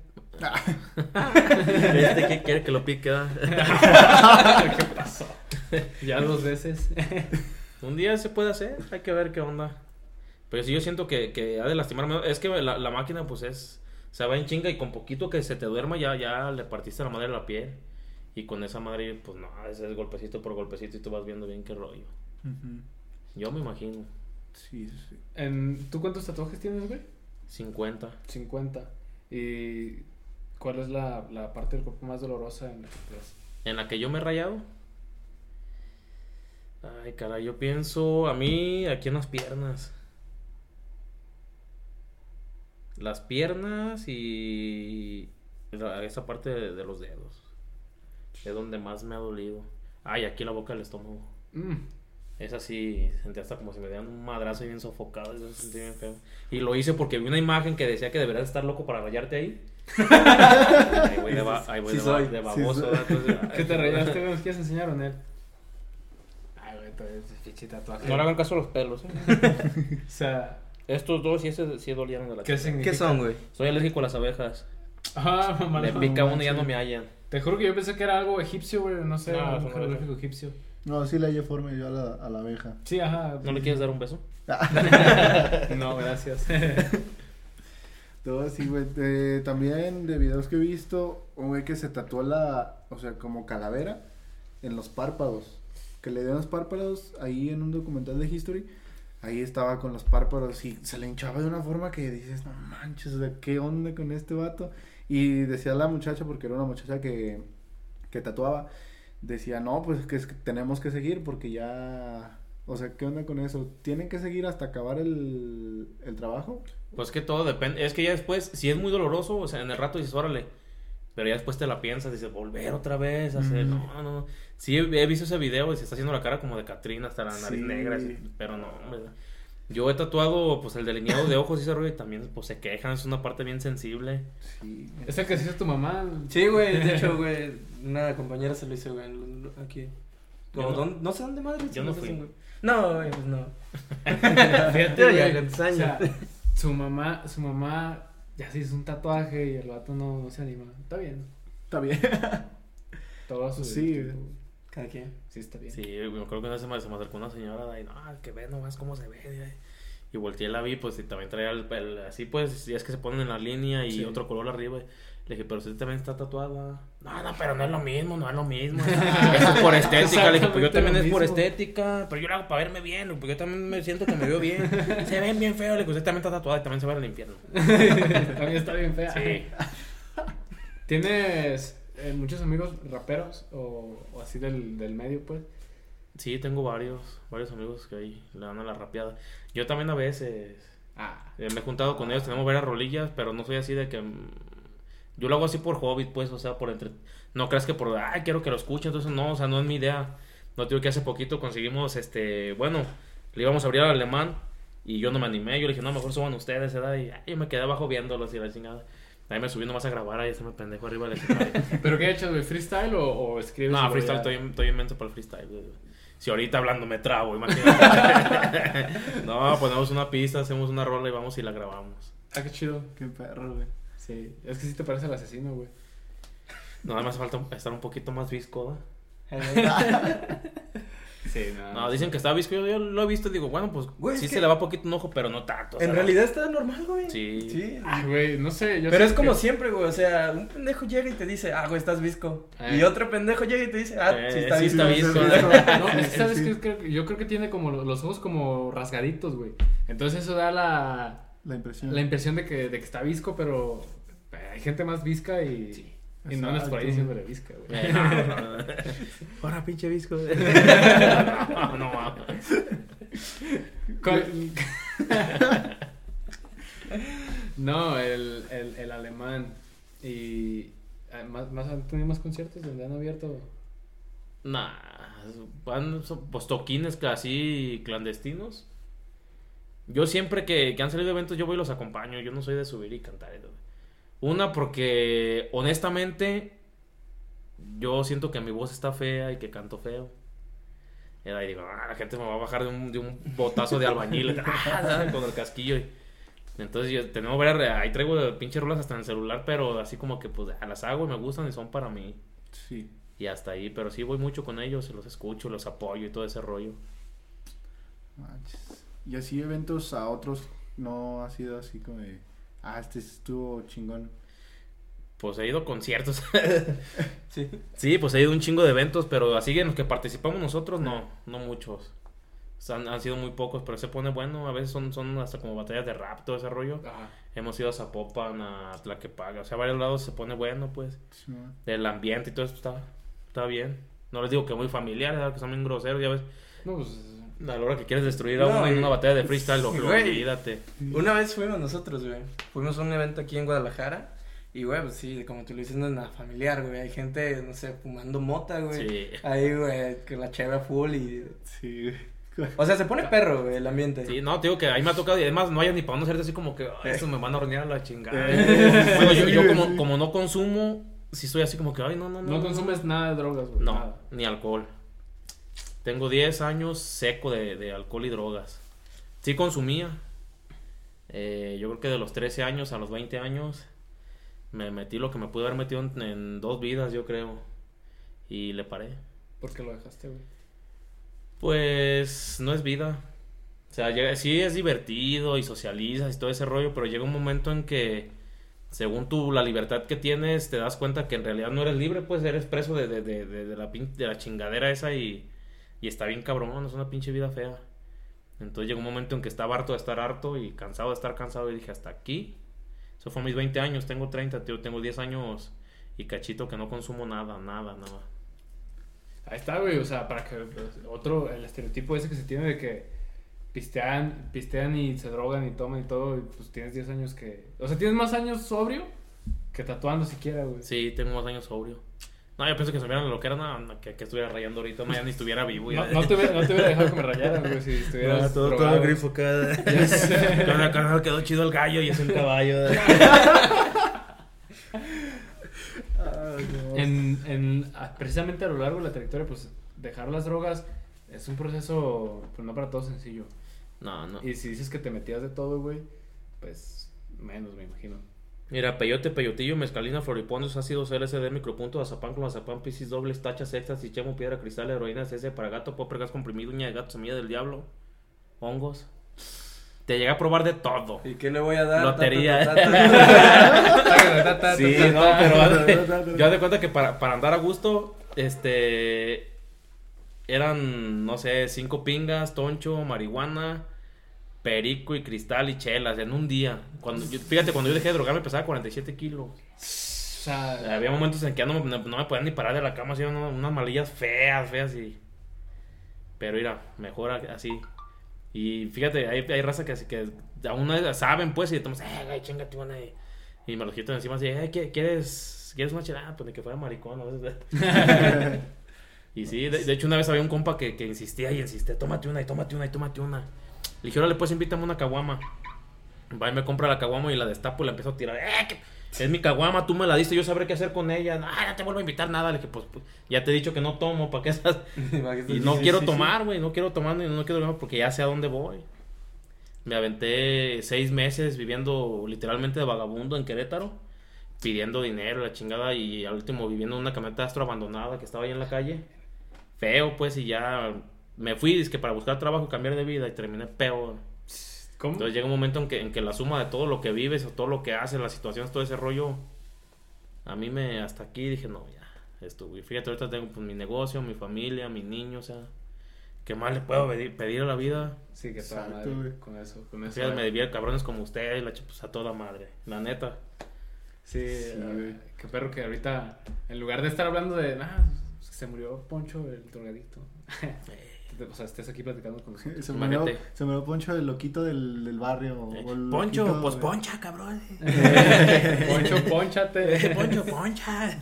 [SPEAKER 3] Este que quiere que lo pique, ¿verdad?
[SPEAKER 2] ¿Qué pasó? Ya dos veces.
[SPEAKER 3] Un día se puede hacer, hay que ver qué onda. Pero sí, yo siento que, que ha de lastimar menos. Es que la, la máquina, pues es. Se va en chinga y con poquito que se te duerma, ya, ya le partiste la madre de la piel. Y con esa madre, pues no, ese es golpecito por golpecito y tú vas viendo bien qué rollo.
[SPEAKER 1] Ujú.
[SPEAKER 3] Yo me imagino.
[SPEAKER 1] Sí, sí, sí.
[SPEAKER 2] En, ¿Tú cuántos tatuajes tienes, güey?
[SPEAKER 3] cincuenta.
[SPEAKER 2] cincuenta. ¿Y cuál es la, la parte del cuerpo más dolorosa en la que te has-
[SPEAKER 3] En la que yo me he rayado. Ay, caray, yo pienso a mí aquí en las piernas. Las piernas y la- esa parte de, de los dedos. Es donde más me ha dolido. Ay, aquí la boca del estómago.
[SPEAKER 2] Mm.
[SPEAKER 3] Es así, sentí hasta como si me dieran un madrazo y bien sofocado. Eso sentí bien feo. Y lo hice porque vi una imagen que decía que deberías estar loco para rayarte ahí. Ahí voy de, ba- ahí voy
[SPEAKER 4] Sí
[SPEAKER 3] de,
[SPEAKER 4] soy.
[SPEAKER 3] ba- de
[SPEAKER 1] Sí
[SPEAKER 3] baboso.
[SPEAKER 1] soy.
[SPEAKER 3] ¿verdad? Entonces, ay,
[SPEAKER 2] ¿Qué te
[SPEAKER 3] qué
[SPEAKER 2] rayaste, güey? ¿Nos quieres enseñar o no? Ay, güey, todo ese pinche tatuaje.
[SPEAKER 3] No le hagan caso a los pelos. ¿eh?
[SPEAKER 2] O sea,
[SPEAKER 3] Estos dos y ese sí dolieron de la
[SPEAKER 2] ¿qué
[SPEAKER 3] chingada.
[SPEAKER 2] significa?
[SPEAKER 4] ¿Qué son, güey?
[SPEAKER 3] Soy alérgico a las abejas.
[SPEAKER 2] Ah, mamá.
[SPEAKER 3] Le
[SPEAKER 2] no
[SPEAKER 3] pica uno y ya
[SPEAKER 2] manches.
[SPEAKER 3] no me hallan.
[SPEAKER 2] Te juro que yo pensé que era algo egipcio, güey. No sé,
[SPEAKER 3] No,
[SPEAKER 2] algo
[SPEAKER 3] eso no es.
[SPEAKER 2] jeroglífico egipcio.
[SPEAKER 1] No, sí le hallé forma yo a la, a la abeja.
[SPEAKER 2] Sí, ajá.
[SPEAKER 3] ¿No le quieres dar un beso?
[SPEAKER 2] No, gracias.
[SPEAKER 1] Todo así, güey. Eh, también de videos que he visto, un güey que se tatuó la, o sea, como calavera en los párpados. Que le dio los párpados ahí en un documental de History. Ahí estaba con los párpados y se le hinchaba de una forma que dices, no manches, ¿de qué onda con este vato? Y decía la muchacha, porque era una muchacha que, que tatuaba, decía, no, pues que, es que tenemos que seguir porque ya, o sea, ¿qué onda con eso? ¿Tienen que seguir hasta acabar el, el trabajo?
[SPEAKER 3] Pues que todo depende. Es que ya después, si es muy doloroso, o sea, en el rato dices, órale. Pero ya después te la piensas, dices, volver otra vez a hacer.
[SPEAKER 1] Ujú.
[SPEAKER 3] No, no, no. Sí, he, he visto ese video y se está haciendo la cara como de Catrina, hasta la nariz
[SPEAKER 1] Sí.
[SPEAKER 3] negra. Así, pero no, hombre. Yo he tatuado, pues, el delineado de ojos y ese rollo y también, pues, se quejan. Es una parte bien sensible.
[SPEAKER 1] Sí.
[SPEAKER 2] ¿Es el que se hizo tu mamá?
[SPEAKER 4] Sí, güey, de hecho, güey, una compañera se lo hizo, güey, aquí.
[SPEAKER 3] Yo
[SPEAKER 4] O
[SPEAKER 3] no-
[SPEAKER 4] dónde- no sé dónde madre
[SPEAKER 3] yo
[SPEAKER 4] se
[SPEAKER 3] no
[SPEAKER 4] lo
[SPEAKER 3] fui.
[SPEAKER 4] hacen, güey. No, güey, pues no.
[SPEAKER 2] Fíjate,
[SPEAKER 4] Yo ya
[SPEAKER 2] güey,
[SPEAKER 4] cuántos
[SPEAKER 2] o
[SPEAKER 4] años.
[SPEAKER 2] sea, su mamá, su mamá ya se hizo un tatuaje y el vato no, no se anima. Está bien.
[SPEAKER 1] Está bien.
[SPEAKER 2] Todo a su
[SPEAKER 1] Sí,
[SPEAKER 2] derecho.
[SPEAKER 1] güey.
[SPEAKER 4] Cada quien.
[SPEAKER 2] Sí, está bien.
[SPEAKER 3] Sí, me acuerdo que una vez se me, se me acercó una señora y no, que ve nomás cómo se ve. Y volteé y la vi, pues, y también traía el, el- así, pues, y es que se ponen en la línea y
[SPEAKER 2] Sí.
[SPEAKER 3] otro color arriba. Le dije, pero usted también está tatuada. No, no, pero no es lo mismo, no es lo mismo. Eso es por estética. Le dije, pues yo
[SPEAKER 2] Exactamente
[SPEAKER 3] también
[SPEAKER 2] lo
[SPEAKER 3] es por
[SPEAKER 2] mismo.
[SPEAKER 3] estética, pero yo lo hago para verme bien, porque yo también me siento que me veo bien. Se ven bien feo, le dije, usted también está tatuada y también se va al infierno.
[SPEAKER 2] También está bien fea.
[SPEAKER 3] Sí.
[SPEAKER 2] ¿Tienes eh, muchos amigos raperos o, o así del, del medio, pues?
[SPEAKER 3] Sí, tengo varios, varios amigos que ahí le dan a la rapeada. Yo también a veces
[SPEAKER 2] Ah,
[SPEAKER 3] eh, me he juntado con ellos, tenemos varias rolillas, pero no soy así de que... mm, yo lo hago así por hobby, pues, o sea, por entre... No creas que por, ay, quiero que lo escuchen, entonces no, o sea, no es mi idea. No te digo que hace poquito conseguimos, este, bueno, le íbamos a abrir al alemán y yo no me animé, yo le dije, no, mejor suban ustedes, ¿verdad? Y ay, yo me quedé abajo viéndolos y la chingada. Ahí me subí nomás a grabar, ahí se me pendejo arriba del escenario.
[SPEAKER 2] ¿pero qué hecho, güey? ¿Freestyle o, o escribes? y
[SPEAKER 3] No,
[SPEAKER 2] luego
[SPEAKER 3] freestyle,
[SPEAKER 2] ya-
[SPEAKER 3] estoy, estoy inmenso para el freestyle, güey. Si ahorita hablando me trabo, imagínate. No, ponemos una pista, hacemos una rola y vamos y la grabamos.
[SPEAKER 2] Ah, qué chido.
[SPEAKER 1] Qué perro, güey.
[SPEAKER 2] Sí, es que sí te parece el asesino, güey.
[SPEAKER 3] No, nada más falta estar un poquito más visco, ¿verdad?
[SPEAKER 2] Sí, no.
[SPEAKER 3] No, dicen que está visco, yo, yo lo he visto y digo, bueno, pues
[SPEAKER 4] Güey,
[SPEAKER 3] sí
[SPEAKER 4] es
[SPEAKER 3] se
[SPEAKER 4] que-
[SPEAKER 3] le va poquito un ojo, pero no tanto. o sea,
[SPEAKER 4] En realidad está normal, güey.
[SPEAKER 3] Sí.
[SPEAKER 4] Sí.
[SPEAKER 2] Ay, güey, no sé. Yo
[SPEAKER 4] Pero es
[SPEAKER 2] siento
[SPEAKER 4] como
[SPEAKER 2] que-
[SPEAKER 4] siempre, güey. O sea, un pendejo llega y te dice, ah, güey, estás visco.
[SPEAKER 2] Eh.
[SPEAKER 4] Y otro pendejo llega y te dice, ah,
[SPEAKER 3] Eh,
[SPEAKER 4] sí está
[SPEAKER 3] sí
[SPEAKER 4] visco.
[SPEAKER 3] está
[SPEAKER 1] Sí,
[SPEAKER 3] visco.
[SPEAKER 1] sí, sí.
[SPEAKER 2] No, es que
[SPEAKER 1] Sí,
[SPEAKER 2] sabes
[SPEAKER 1] sí.
[SPEAKER 2] que creo- yo creo que tiene como lo- los ojos como rasgaditos, güey. Entonces eso da la,
[SPEAKER 1] La impresión.
[SPEAKER 2] la impresión de que, de que está visco, pero, pero hay gente más visca y,
[SPEAKER 3] Sí.
[SPEAKER 2] y no andas por ahí
[SPEAKER 1] Exacto.
[SPEAKER 2] diciéndole visca, güey.
[SPEAKER 3] Eh, no, no, no. Ahora, pinche visco. No, no mames.
[SPEAKER 2] ¿Cuál- No, el, el, el alemán. Y. ah, ¿Más, más han tenido más conciertos donde han abierto?
[SPEAKER 3] Nah, van son, pues toquines casi clandestinos. Yo siempre que, que han salido eventos yo voy y los acompaño. Yo no soy de subir y cantar. Una porque honestamente yo siento que mi voz está fea y que canto feo. Y ahí digo, ah, la gente me va a bajar de un, de un botazo de albañil ah, con el casquillo. Y, entonces yo tengo varias, ahí traigo pinches rolas hasta en el celular, pero así como que pues las hago y me gustan y son para mí.
[SPEAKER 1] Sí.
[SPEAKER 3] Y hasta ahí, pero sí voy mucho con ellos, los escucho, los apoyo y todo ese rollo.
[SPEAKER 1] Manches. Y así eventos a otros no ha sido así como de, ah, este estuvo chingón.
[SPEAKER 3] Pues he ido a conciertos.
[SPEAKER 4] Sí.
[SPEAKER 3] Sí, pues he ido a un chingo de eventos, pero así en los que participamos nosotros, no, no muchos. O sea, han, han sido muy pocos, pero se pone bueno. A veces son, son hasta como batallas de rap, todo ese rollo.
[SPEAKER 2] Ajá.
[SPEAKER 3] Hemos ido a Zapopan, a Tlaquepaque, o sea, a varios lados se pone bueno, pues.
[SPEAKER 1] Sí, ¿no?
[SPEAKER 3] El ambiente y todo eso está, está bien. No les digo que muy familiar, ¿verdad? Que son bien groseros, ya ves.
[SPEAKER 2] No, pues.
[SPEAKER 3] A la hora que quieres destruir a
[SPEAKER 4] No,
[SPEAKER 3] uno en
[SPEAKER 4] y-
[SPEAKER 3] una batalla de freestyle, lo, lo
[SPEAKER 4] güey.
[SPEAKER 3] olvídate.
[SPEAKER 4] Una vez fuimos nosotros, güey. Fuimos a un evento aquí en Guadalajara. Y, güey, pues sí, como tú lo dices, no es nada familiar, güey. Hay gente, no sé, fumando mota, güey.
[SPEAKER 3] Sí.
[SPEAKER 4] Ahí, güey, que la cheve a full y...
[SPEAKER 1] Sí, güey.
[SPEAKER 4] O sea, se pone perro, güey, el ambiente.
[SPEAKER 3] Sí, no, te digo que ahí me ha tocado y además no hayas ni para dónde hacerte así como que "Ay, esto me van a hornear la chingada".
[SPEAKER 1] Eh.
[SPEAKER 3] Bueno, yo, yo
[SPEAKER 1] Sí,
[SPEAKER 3] como,
[SPEAKER 1] sí.
[SPEAKER 3] como no consumo, sí estoy así como que, ay, no, no, no.
[SPEAKER 2] No consumes nada de drogas, güey.
[SPEAKER 3] No,
[SPEAKER 2] Nada.
[SPEAKER 3] ni alcohol. Tengo diez años seco de, de alcohol y drogas. Sí consumía. Eh, yo creo que de los trece años a los veinte años me metí lo que me pude haber metido en, en dos vidas, yo creo. Y le paré.
[SPEAKER 2] ¿Por qué lo dejaste, güey?
[SPEAKER 3] Pues no es vida. O sea, llega, sí es divertido y socializas y todo ese rollo, pero llega un momento en que, según tú, la libertad que tienes, te das cuenta que en realidad no eres libre, pues eres preso de, de, de, de, de la, pin- de la chingadera esa y, y está bien cabrón, es una pinche vida fea. Entonces llegó un momento en que estaba harto de estar harto y cansado de estar cansado y dije, hasta aquí. Eso fue a mis veinte años, tengo treinta, tío, tengo diez años y cachito que no consumo nada, nada, nada.
[SPEAKER 2] Ahí está, güey. O sea, para que. Pues, otro, el estereotipo ese que se tiene de que pistean, pistean y se drogan y toman y todo. Y pues tienes diez años que. O sea, tienes más años sobrio que tatuando siquiera, güey.
[SPEAKER 3] Sí, tengo más años sobrio. No, yo pienso que se me lo que era nada, no, que, que estuviera rayando ahorita, no, ya ni estuviera vivo.
[SPEAKER 2] No,
[SPEAKER 3] Ya.
[SPEAKER 2] no, te hubiera, no te hubiera dejado que me rayaran, güey, si estuvieras.
[SPEAKER 3] No, todo, todo
[SPEAKER 2] drogado.
[SPEAKER 3] el grifo cada.
[SPEAKER 2] Ya sé.
[SPEAKER 3] Cada canal quedó chido el gallo y es un caballo.
[SPEAKER 2] En, en, ah, precisamente a lo largo de la trayectoria, pues dejar las drogas es un proceso, pues no para todo sencillo.
[SPEAKER 3] No, no.
[SPEAKER 2] Y si dices que te metías de todo, güey, pues menos, me imagino.
[SPEAKER 3] Mira, peyote, peyotillo, mezcalina, floripondios, ácidos L S D, micropunto, azapán, clonazepam, piscis dobles, tachas, éxtasis, chemo, piedra, cristal, heroína, C S para gato, popper, gas comprimido, uña de gato, semilla del diablo, hongos. Te llegué a probar de todo.
[SPEAKER 4] ¿Y qué le voy a dar?
[SPEAKER 3] Lotería.
[SPEAKER 4] Ta, ta, ta, ta, ta.
[SPEAKER 3] Sí, no, pero haz de- yo haz de cuenta que para, para andar a gusto, este, eran, no sé, cinco pingas, toncho, marihuana, perico y cristal y chelas en un día. Cuando yo- fíjate, cuando yo dejé de drogarme pesaba cuarenta y siete kilos.
[SPEAKER 2] O sea,
[SPEAKER 3] Había momentos en que ya no, me- no me podían ni parar de la cama, hacían unas, unas malillas feas, feas y... Pero mira, mejor a- así. Y fíjate, hay, hay raza que, así que aún no saben, pues, y estamos, eh, güey, chingate una. Y, y me los quitan encima así, eh, ¿qué- ¿quieres, ¿quieres una chela? Ah, pues de que fuera maricón, ¿no? Y sí, de, de hecho una vez había un compa que, que insistía y insistía, tómate una y tómate una y tómate una. Le dije, órale, pues invítame una caguama. Va y me compra la caguama y la destapo y la empiezo a tirar. ¡Eh, que es mi caguama! Tú me la diste, yo sabré qué hacer con ella. No, no te vuelvo a invitar nada. Le dije, pues, pues ya te he dicho que no tomo, ¿para qué estás? Y no
[SPEAKER 4] Sí,
[SPEAKER 3] quiero
[SPEAKER 4] sí,
[SPEAKER 3] tomar, güey, no quiero tomar, no, no quiero tomar porque ya sé a dónde voy. Me aventé seis meses viviendo literalmente de vagabundo en Querétaro, pidiendo dinero, la chingada, y al último viviendo en una camioneta Astro abandonada que estaba ahí en la calle. Feo, pues, y ya me fui, es que para buscar trabajo, cambiar de vida, y terminé peor.
[SPEAKER 2] ¿cómo?
[SPEAKER 3] Entonces llega un momento en que, en que la suma de todo lo que vives o todo lo que haces, las situaciones, todo ese rollo, a mí me, hasta aquí dije, no, ya, esto, güey. Fíjate, ahorita tengo pues mi negocio, mi familia, mi niño, o sea, ¿qué más le puedo pedir, pedir a la vida?
[SPEAKER 2] Sí, que toda
[SPEAKER 1] Exacto,
[SPEAKER 2] madre
[SPEAKER 1] güey.
[SPEAKER 2] con eso, con eso.
[SPEAKER 3] Fíjate,
[SPEAKER 2] eh.
[SPEAKER 3] me divierto cabrones como ustedes, la ch- pues a toda madre, la neta.
[SPEAKER 2] Sí,
[SPEAKER 1] Sí,
[SPEAKER 2] uh,
[SPEAKER 1] güey.
[SPEAKER 2] qué perro que ahorita, en lugar de estar hablando de, ah, se murió Poncho, el drogadicto. O sea, estés aquí platicando con nosotros.
[SPEAKER 1] Se murió,
[SPEAKER 3] Imagínate.
[SPEAKER 1] se murió Poncho, el loquito del, del barrio. O el
[SPEAKER 3] Poncho,
[SPEAKER 1] loquito,
[SPEAKER 3] pues
[SPEAKER 1] güey.
[SPEAKER 3] poncha, cabrón.
[SPEAKER 2] Poncho, ponchate.
[SPEAKER 3] Poncho, poncha.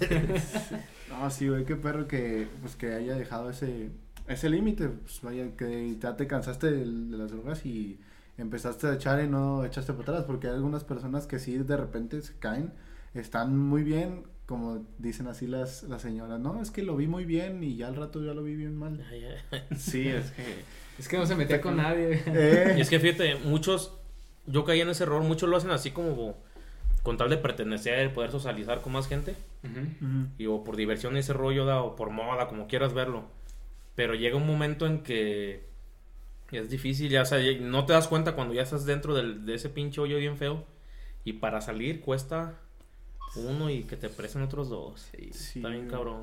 [SPEAKER 1] No, sí, güey, qué perro que, pues, que haya dejado ese, ese límite. Pues vaya, que ya te cansaste de, de las drogas y empezaste a echar y no echaste para atrás. Porque hay algunas personas que sí de repente se caen, están muy bien, como dicen así las, las señoras. No, es que lo vi muy bien y ya al rato ya lo vi bien mal. Sí, es que...
[SPEAKER 2] Es que no se metía con nadie.
[SPEAKER 1] Eh,
[SPEAKER 3] Y es que fíjate, muchos, yo caí en ese error, muchos lo hacen así como con tal de pertenecer, poder socializar con más gente.
[SPEAKER 2] Ujú.
[SPEAKER 1] ujú.
[SPEAKER 3] Y o por diversión ese rollo da, o por moda, como quieras verlo. Pero llega un momento en que es difícil, ya, o sea, ya no te das cuenta cuando ya estás dentro del, de ese pinche hoyo bien feo. Y para salir cuesta uno y que te presen otros dos. Sí,
[SPEAKER 1] Sí,
[SPEAKER 3] está bien
[SPEAKER 1] güey.
[SPEAKER 3] cabrón.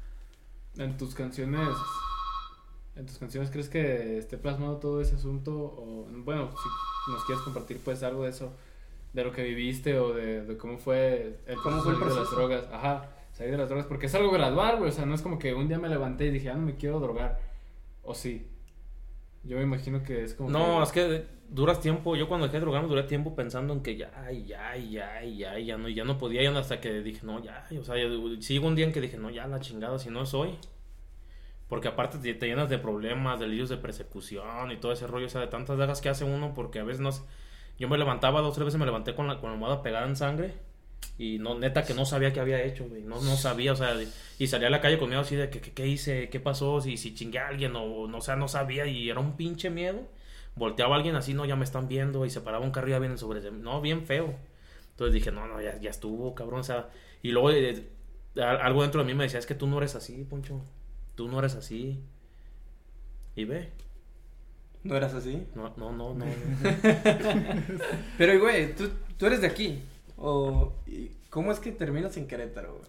[SPEAKER 2] En tus canciones, en tus canciones crees que esté plasmado todo ese asunto o bueno, si nos quieres compartir pues algo de eso, de lo que viviste o de, de cómo fue el
[SPEAKER 4] ¿Cómo
[SPEAKER 2] proceso
[SPEAKER 4] fue el
[SPEAKER 2] de salir de las
[SPEAKER 4] proceso?
[SPEAKER 2] drogas, ajá, salir de las drogas porque es algo gradual, güey, o sea, no es como que un día me levanté y dije, ah, no me quiero drogar, o sí. Yo me imagino que es como
[SPEAKER 3] No,
[SPEAKER 2] que...
[SPEAKER 3] es que duras tiempo. Yo cuando dejé de drogarme duré tiempo pensando en que ya, y ya, y ya, y ya, y ya no, y ya no podía. Y hasta que dije, no, ya. O sea, yo- sigo un día en que dije, no, ya la chingada, si no es hoy. Porque aparte te, te llenas de problemas, de líos de persecución y todo ese rollo. O sea, de tantas dagas que hace uno. Porque a veces no sé. Yo me levantaba, dos, tres veces me levanté con la, con la almohada pegada en sangre. Y no, neta que no sabía qué había hecho, güey. No, no sabía, o sea, de- y salía a la calle con miedo así de que, que, qué hice, qué pasó, si, si chingué a alguien o no, o sea, no sabía y era un pinche miedo. Volteaba a alguien así, no, ya me están viendo y se paraba un carro y ya vienen sobre, no, bien feo. Entonces dije, no, no, ya, ya estuvo, cabrón, o sea, y luego eh, a- algo dentro de mí me decía, es que tú no eres así, Poncho, tú no eres así. Y ve,
[SPEAKER 4] ¿No eras así?
[SPEAKER 3] no, no, no, no. no.
[SPEAKER 4] Pero, y, güey, ¿tú, tú eres de aquí. O, y ¿cómo es que terminas en Querétaro, güey?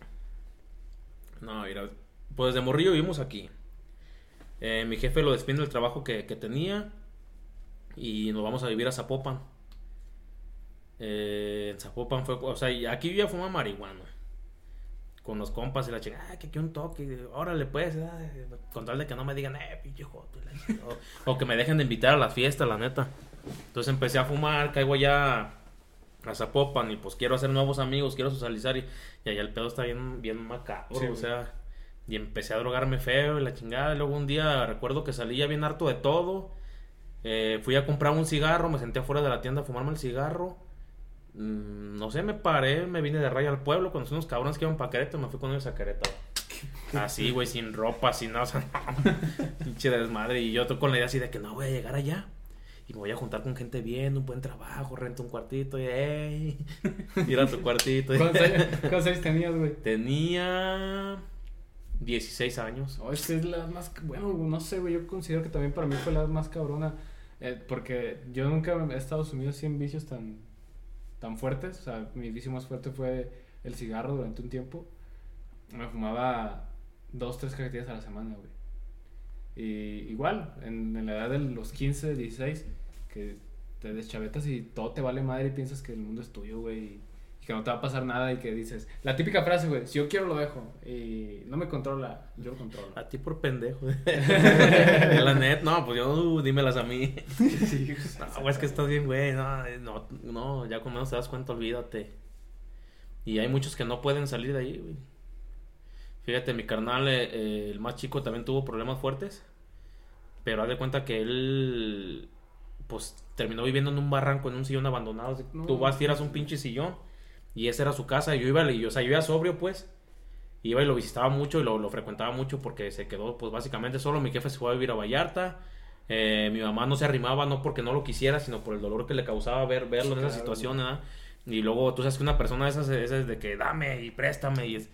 [SPEAKER 3] No, mira, pues de morrillo vivimos aquí. Eh, mi jefe lo despide del trabajo que, que tenía y nos vamos a vivir a Zapopan. Eh, en Zapopan fue, o sea, y aquí yo ya fumaba marihuana. Con los compas y la chica, ah, que aquí un toque, órale pues, ah, con tal de que no me digan, eh, pinche joto, y la chingada, o, o que me dejen de invitar a las fiestas, la neta. Entonces empecé a fumar, caigo allá a Zapopan y pues quiero hacer nuevos amigos, quiero socializar y, y allá el pedo está bien, bien macabro,
[SPEAKER 2] Sí,
[SPEAKER 3] o
[SPEAKER 2] güey.
[SPEAKER 3] sea, y empecé a drogarme feo y la chingada, y luego un día recuerdo que salí ya bien harto de todo, eh, fui a comprar un cigarro, me senté afuera de la tienda a fumarme el cigarro, mm, no sé, me paré, me vine de raya al pueblo, conocí unos cabrones que iban para Querétaro, me fui con ellos a Querétaro. Así, güey, sin ropa, sin nada, o sea, pinche desmadre, y yo con la idea así de que no voy a llegar allá. Y me voy a juntar con gente bien, un buen trabajo, rento un cuartito y ¡ey! Ir a tu cuartito.
[SPEAKER 2] ¿Cuántos años, cuántos años tenías, güey?
[SPEAKER 3] Tenía dieciséis años.
[SPEAKER 2] No, es que es la edad más, bueno, no sé, güey, yo considero que también para mí fue la edad más cabrona, eh, porque yo nunca he estado sumido así en vicios tan, tan fuertes, o sea, mi vicio más fuerte fue el cigarro durante un tiempo, me fumaba dos, tres cajetillas a la semana, güey, y igual, en, en la edad de los quince, dieciséis, que te deschavetas y todo te vale madre y piensas que el mundo es tuyo, güey, y que no te va a pasar nada y que dices, la típica frase, güey, si yo quiero lo dejo y no me controla, yo lo controlo.
[SPEAKER 3] A ti por pendejo. La net, no, pues yo, uh, dímelas a mí. No, güey, es que estás bien, güey. No, no, no, ya con menos te das cuenta, olvídate. Y hay muchos que no pueden salir de ahí, güey. Fíjate, mi carnal, eh, eh, el más chico, también tuvo problemas fuertes. Pero haz de cuenta que él, pues, terminó viviendo en un barranco, en un sillón abandonado. Así,
[SPEAKER 2] No,
[SPEAKER 3] tú vas, tiras
[SPEAKER 2] sí.
[SPEAKER 3] un pinche sillón. Y esa era su casa. Y yo iba, y, o sea, yo iba sobrio, pues. Iba y lo visitaba mucho y lo, lo frecuentaba mucho porque se quedó, pues, básicamente solo. Mi jefe se fue a vivir a Vallarta. Eh, mi mamá no se arrimaba, no porque no lo quisiera, sino por el dolor que le causaba ver, verlo en esa
[SPEAKER 2] Claro,
[SPEAKER 3] situación,
[SPEAKER 2] güey.
[SPEAKER 3] ¿verdad? Y luego tú sabes que una persona de esas, esas de que dame y préstame y es...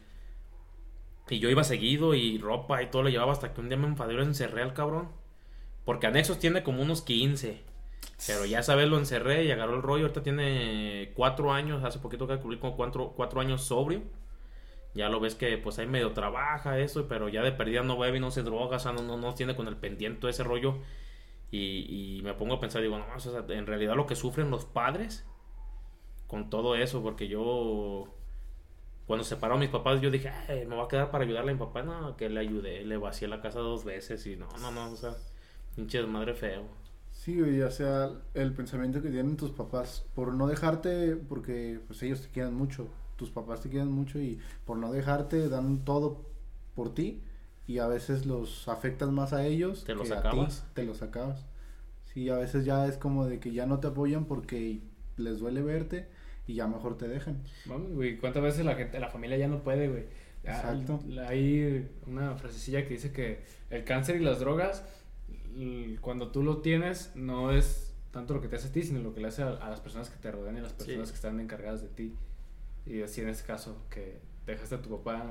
[SPEAKER 3] Y yo iba seguido y ropa y todo lo llevaba hasta que un día me enfadé y lo encerré al cabrón. Porque anexos tiene como unos quince. Pero ya sabes, lo encerré y agarró el rollo. Ahorita tiene cuatro años, hace poquito que cumplí como cuatro, cuatro años sobrio. Ya lo ves que pues ahí medio trabaja eso, pero ya de perdida no bebe y no se droga, o sea, no, no, no tiene con el pendiente ese rollo. Y, y me pongo a pensar, digo, no, o sea, en realidad lo que sufren los padres con todo eso, porque yo Cuando se separaron mis papás, yo dije, ay, me voy a quedar para ayudarle a mi papá. No, que le ayudé, le vacié la casa dos veces y no, no, no, o sea, pinche desmadre feo.
[SPEAKER 1] Sí, güey, o sea, el pensamiento que tienen tus papás por no dejarte, porque pues ellos te quieren mucho, tus papás te quieren mucho y por no dejarte dan todo por ti y a veces los afectas más a ellos
[SPEAKER 3] ¿Te los
[SPEAKER 1] que
[SPEAKER 3] acabas?
[SPEAKER 1] a ti, te los acabas. Sí, a veces ya es como de que ya no te apoyan porque les duele verte y ya mejor te dejan.
[SPEAKER 2] Vamos, güey, ¿cuántas veces la gente, la familia ya no puede, güey? Ya,
[SPEAKER 1] Exacto.
[SPEAKER 2] Hay una frasecilla que dice que el cáncer y las drogas, l- cuando tú lo tienes, no es tanto lo que te hace a ti, sino lo que le hace a, a las personas que te rodean y a las personas
[SPEAKER 3] Sí.
[SPEAKER 2] que están encargadas de ti. Y así en este caso, que dejaste a tu papá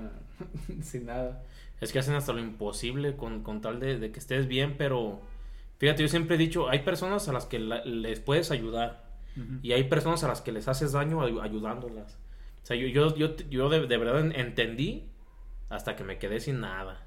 [SPEAKER 2] sin nada.
[SPEAKER 3] Es que hacen hasta lo imposible con, con tal de, de que estés bien, pero fíjate, yo siempre he dicho, hay personas a las que la- les puedes ayudar.
[SPEAKER 1] Uh-huh.
[SPEAKER 3] Y hay personas a las que les haces daño ay- ayudándolas. O sea, yo, yo, yo, yo de, de verdad en- entendí hasta que me quedé sin nada.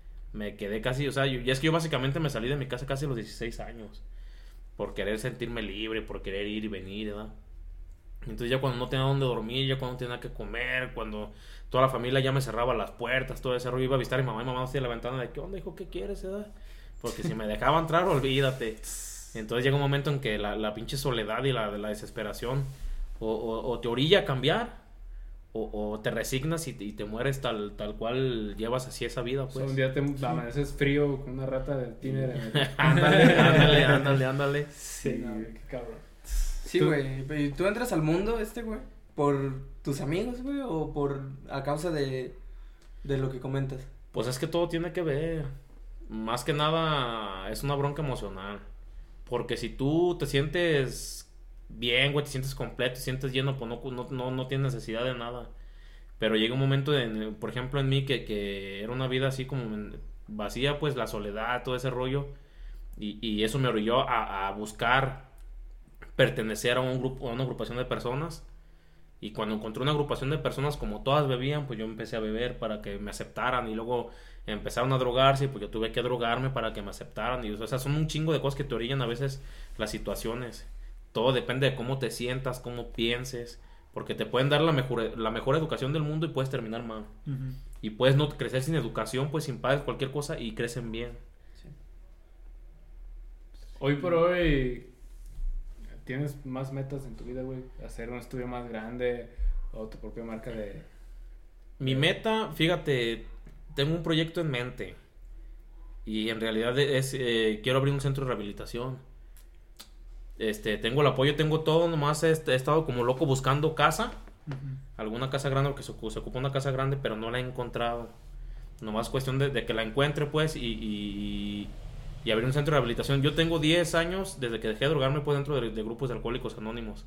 [SPEAKER 3] Me quedé casi, o sea, yo, y es que yo básicamente me salí de mi casa casi a los dieciséis años. Por querer sentirme libre, por querer ir y venir, ¿verdad? Entonces ya cuando no tenía dónde dormir, ya cuando no tenía que comer, cuando toda la familia ya me cerraba las puertas, todo ese rollo, iba a visitar a mi mamá y mamá hacía la ventana de, ¿qué onda, hijo? ¿Qué quieres, edad? Porque si me dejaba entrar, olvídate. Entonces llega un momento en que la, la pinche soledad y la, la desesperación o, o, o te orilla a cambiar o, o te resignas y te, y te mueres tal, tal cual llevas así esa vida,
[SPEAKER 2] O sea,
[SPEAKER 3] pues.
[SPEAKER 2] un día te amaneces frío con una rata de Tinder en el...
[SPEAKER 3] ándale, ándale, ándale, ándale.
[SPEAKER 2] Sí, no, qué cabrón.
[SPEAKER 4] Sí,
[SPEAKER 2] Tú-
[SPEAKER 4] güey. ¿Y tú entras al mundo este, güey? ¿Por tus amigos, güey? ¿O por a causa de, de lo que comentas?
[SPEAKER 3] Pues es que todo tiene que ver. Más que nada es una bronca emocional. Porque si tú te sientes bien, güey, te sientes completo, te sientes lleno, pues no, no, no, no tienes necesidad de nada. Pero llega un momento, en, por ejemplo, en mí, que, que era una vida así como en- vacía, pues la soledad, todo ese rollo. Y, y eso me orilló a, a buscar pertenecer a un grupo, a una agrupación de personas. Y cuando encontré una agrupación de personas, como todas bebían, pues yo empecé a beber para que me aceptaran. Y luego empezaron a drogarse, y pues yo tuve que drogarme para que me aceptaran. Y o sea, son un chingo de cosas que te orillan a veces las situaciones. Todo depende de cómo te sientas, cómo pienses. Porque te pueden dar la mejor, la mejor educación del mundo y puedes terminar mal.
[SPEAKER 1] Uh-huh.
[SPEAKER 3] Y puedes no crecer sin educación, pues sin padres, cualquier cosa, y crecen bien.
[SPEAKER 2] Hoy por hoy, ¿tienes más metas en tu vida, güey? Hacer un estudio más grande o tu propia marca de...
[SPEAKER 3] Mi meta, fíjate, tengo un proyecto en mente. Y en realidad es, eh, quiero abrir un centro de rehabilitación. Este, tengo el apoyo, tengo todo, nomás he, he estado como loco buscando casa.
[SPEAKER 1] Uh-huh.
[SPEAKER 3] Alguna casa grande, porque se, se ocupa una casa grande, pero no la he encontrado. Nomás cuestión de, de que la encuentre, pues, y, y, y abrir un centro de rehabilitación. Yo tengo diez años desde que dejé de drogarme, pues, dentro de, de grupos de alcohólicos anónimos.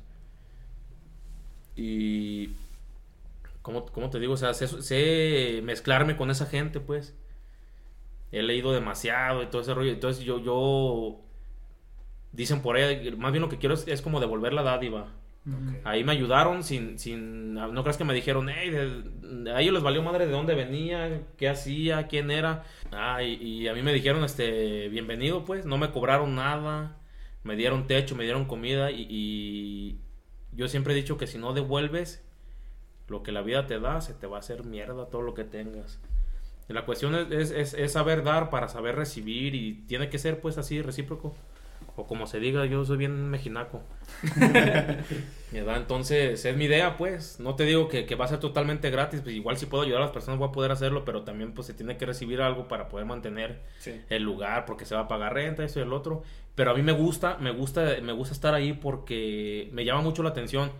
[SPEAKER 3] Y... ¿Cómo, cómo te digo? O sea, sé, sé mezclarme con esa gente, pues. He leído demasiado y todo ese rollo. Entonces yo, yo... Dicen por ahí, más bien lo que quiero es, es como devolver la dádiva.
[SPEAKER 1] Uh-huh.
[SPEAKER 3] Ahí me ayudaron sin... sin no creas que me dijeron, hey, de, de, a ellos les valió madre de dónde venía, qué hacía, quién era. Ah, y, y a mí me dijeron, este, bienvenido, pues. No me cobraron nada. Me dieron techo, me dieron comida. Y, y yo siempre he dicho que si no devuelves lo que la vida te da, se te va a hacer mierda todo lo que tengas. Y la cuestión es, es, es, es saber dar para saber recibir. Y tiene que ser, pues, así, recíproco. O como se diga, yo soy bien mejinaco. ¿Verdad? Entonces, es mi idea, pues. No te digo que, que va a ser totalmente gratis. Pues igual si puedo ayudar a las personas voy a poder hacerlo. Pero también pues se tiene que recibir algo para poder mantener
[SPEAKER 2] Sí.
[SPEAKER 3] el lugar. Porque se va a pagar renta, esto y el otro. Pero a mí me gusta, me gusta, me gusta estar ahí porque me llama mucho la atención.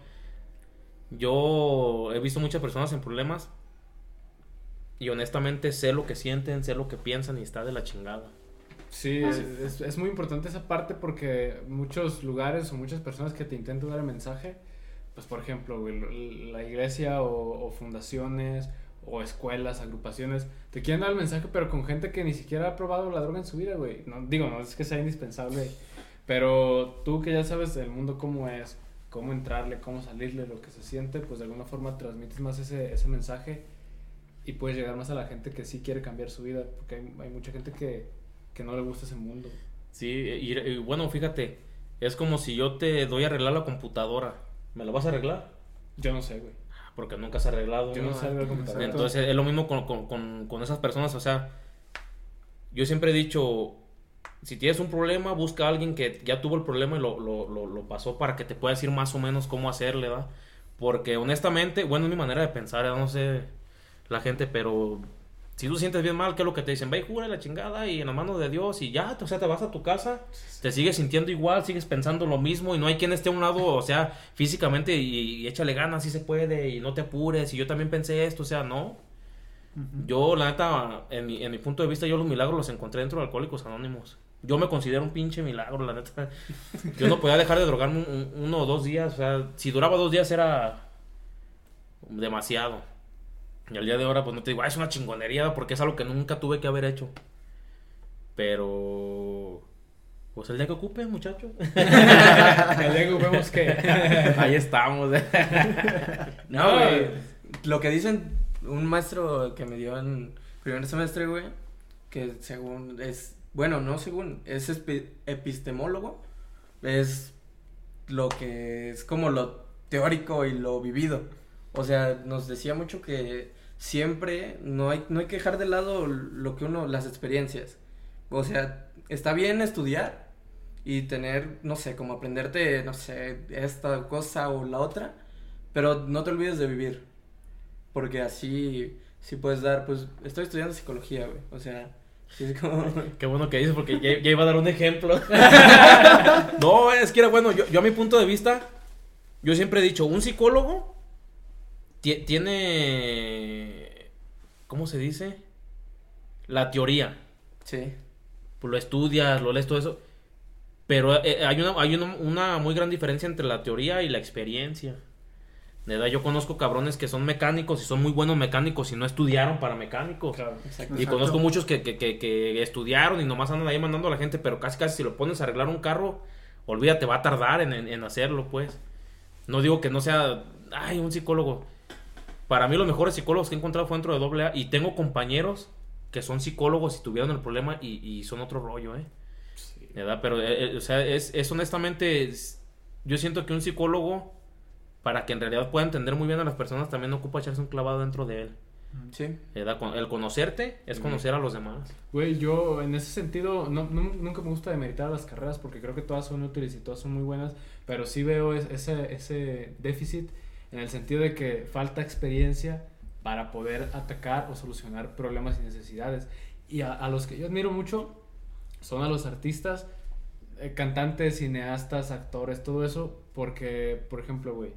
[SPEAKER 3] Yo he visto muchas personas en problemas. Y honestamente sé lo que sienten, sé lo que piensan y está de la chingada.
[SPEAKER 2] Sí, es, es, es muy importante esa parte porque muchos lugares o muchas personas que te intentan dar el mensaje, pues por ejemplo, güey, la iglesia o, o fundaciones o escuelas, agrupaciones, te quieren dar el mensaje pero con gente que ni siquiera ha probado la droga en su vida, güey. No, digo, no es que sea indispensable, pero tú que ya sabes el mundo cómo es, cómo entrarle, cómo salirle, lo que se siente, pues de alguna forma transmites más ese, ese mensaje y puedes llegar más a la gente que sí quiere cambiar su vida, porque hay, hay mucha gente que que no le gusta ese mundo.
[SPEAKER 3] Sí, y, y bueno, fíjate, es como si yo te doy a arreglar la computadora. ¿Me la vas a arreglar?
[SPEAKER 2] Yo no sé, güey.
[SPEAKER 3] porque nunca se ha arreglado.
[SPEAKER 2] Yo no sé algo como tal.
[SPEAKER 3] Entonces es lo mismo con, con, con, con esas personas, o sea, yo siempre he dicho, si tienes un problema, busca a alguien que ya tuvo el problema y lo, lo, lo, lo pasó para que te pueda decir más o menos cómo hacerle, ¿verdad? Porque honestamente, bueno, es mi manera de pensar, ¿verdad? No sé la gente, pero si tú sientes bien mal, ¿qué es lo que te dicen? Ve y jura la chingada y en las manos de Dios y ya, o sea, te vas a tu casa, te sigues sintiendo igual, sigues pensando lo mismo y no hay quien esté a un lado, o sea, físicamente y, y échale ganas, si se puede y no te apures y yo también pensé esto, o sea, no. Uh-huh. Yo, la neta, en mi, en mi punto de vista, yo los milagros los encontré dentro de Alcohólicos Anónimos. Yo me considero un pinche milagro, la neta. Yo no podía dejar de drogarme un, un, uno o dos días, o sea, si duraba dos días era demasiado. Y al día de ahora, pues no te digo, ah, es una chingonería, porque es algo que nunca tuve que haber hecho. Pero... pues el día que ocupe, muchachos.
[SPEAKER 2] El día que ocupemos, ¿qué?
[SPEAKER 3] Ahí estamos.
[SPEAKER 4] No, güey. Lo que dicen un maestro que me dio en primer semestre, güey, que según es... bueno, no según, es epi- epistemólogo. Es lo que es como lo teórico y lo vivido. O sea, nos decía mucho que siempre no hay, no hay que dejar de lado lo que uno, las experiencias. O sea, está bien estudiar y tener, no sé, como aprenderte, no sé, esta cosa o la otra, pero no te olvides de vivir. Porque así, sí puedes dar, pues, estoy estudiando psicología, güey. O sea, sí es como...
[SPEAKER 3] Qué bueno que dices, porque ya, ya iba a dar un ejemplo. No, es que era bueno, yo, yo a mi punto de vista, yo siempre he dicho, un psicólogo t- tiene, ¿cómo se dice? La teoría.
[SPEAKER 4] Sí.
[SPEAKER 3] Pues lo estudias, lo lees, todo eso. Pero eh, hay, una, hay una, una muy gran diferencia entre la teoría y la experiencia. De verdad, yo conozco cabrones que son mecánicos y son muy buenos mecánicos y no estudiaron para mecánicos.
[SPEAKER 2] Claro,
[SPEAKER 4] exacto.
[SPEAKER 3] Y conozco muchos que, que, que, que estudiaron y nomás andan ahí mandando a la gente, pero casi casi si lo pones a arreglar un carro, olvídate, va a tardar en, en, en hacerlo, pues. No digo que no sea, ay, un psicólogo. Para mí los mejores psicólogos que he encontrado fue dentro de doble A y tengo compañeros que son psicólogos y tuvieron el problema y, y son otro rollo, ¿eh?
[SPEAKER 2] Sí.
[SPEAKER 3] ¿Verdad? Pero, eh, o sea, es, es honestamente, es, yo siento que un psicólogo, para que en realidad pueda entender muy bien a las personas, también ocupa echarse un clavado dentro de él.
[SPEAKER 4] Sí.
[SPEAKER 3] ¿Verdad? El conocerte es conocer a los demás.
[SPEAKER 2] Güey, yo en ese sentido no, no, nunca me gusta demeritar las carreras porque creo que todas son útiles y todas son muy buenas, pero sí veo ese, ese déficit en el sentido de que falta experiencia para poder atacar o solucionar problemas y necesidades. Y a, a los que yo admiro mucho son a los artistas, eh, cantantes, cineastas, actores, todo eso, porque, por ejemplo, güey,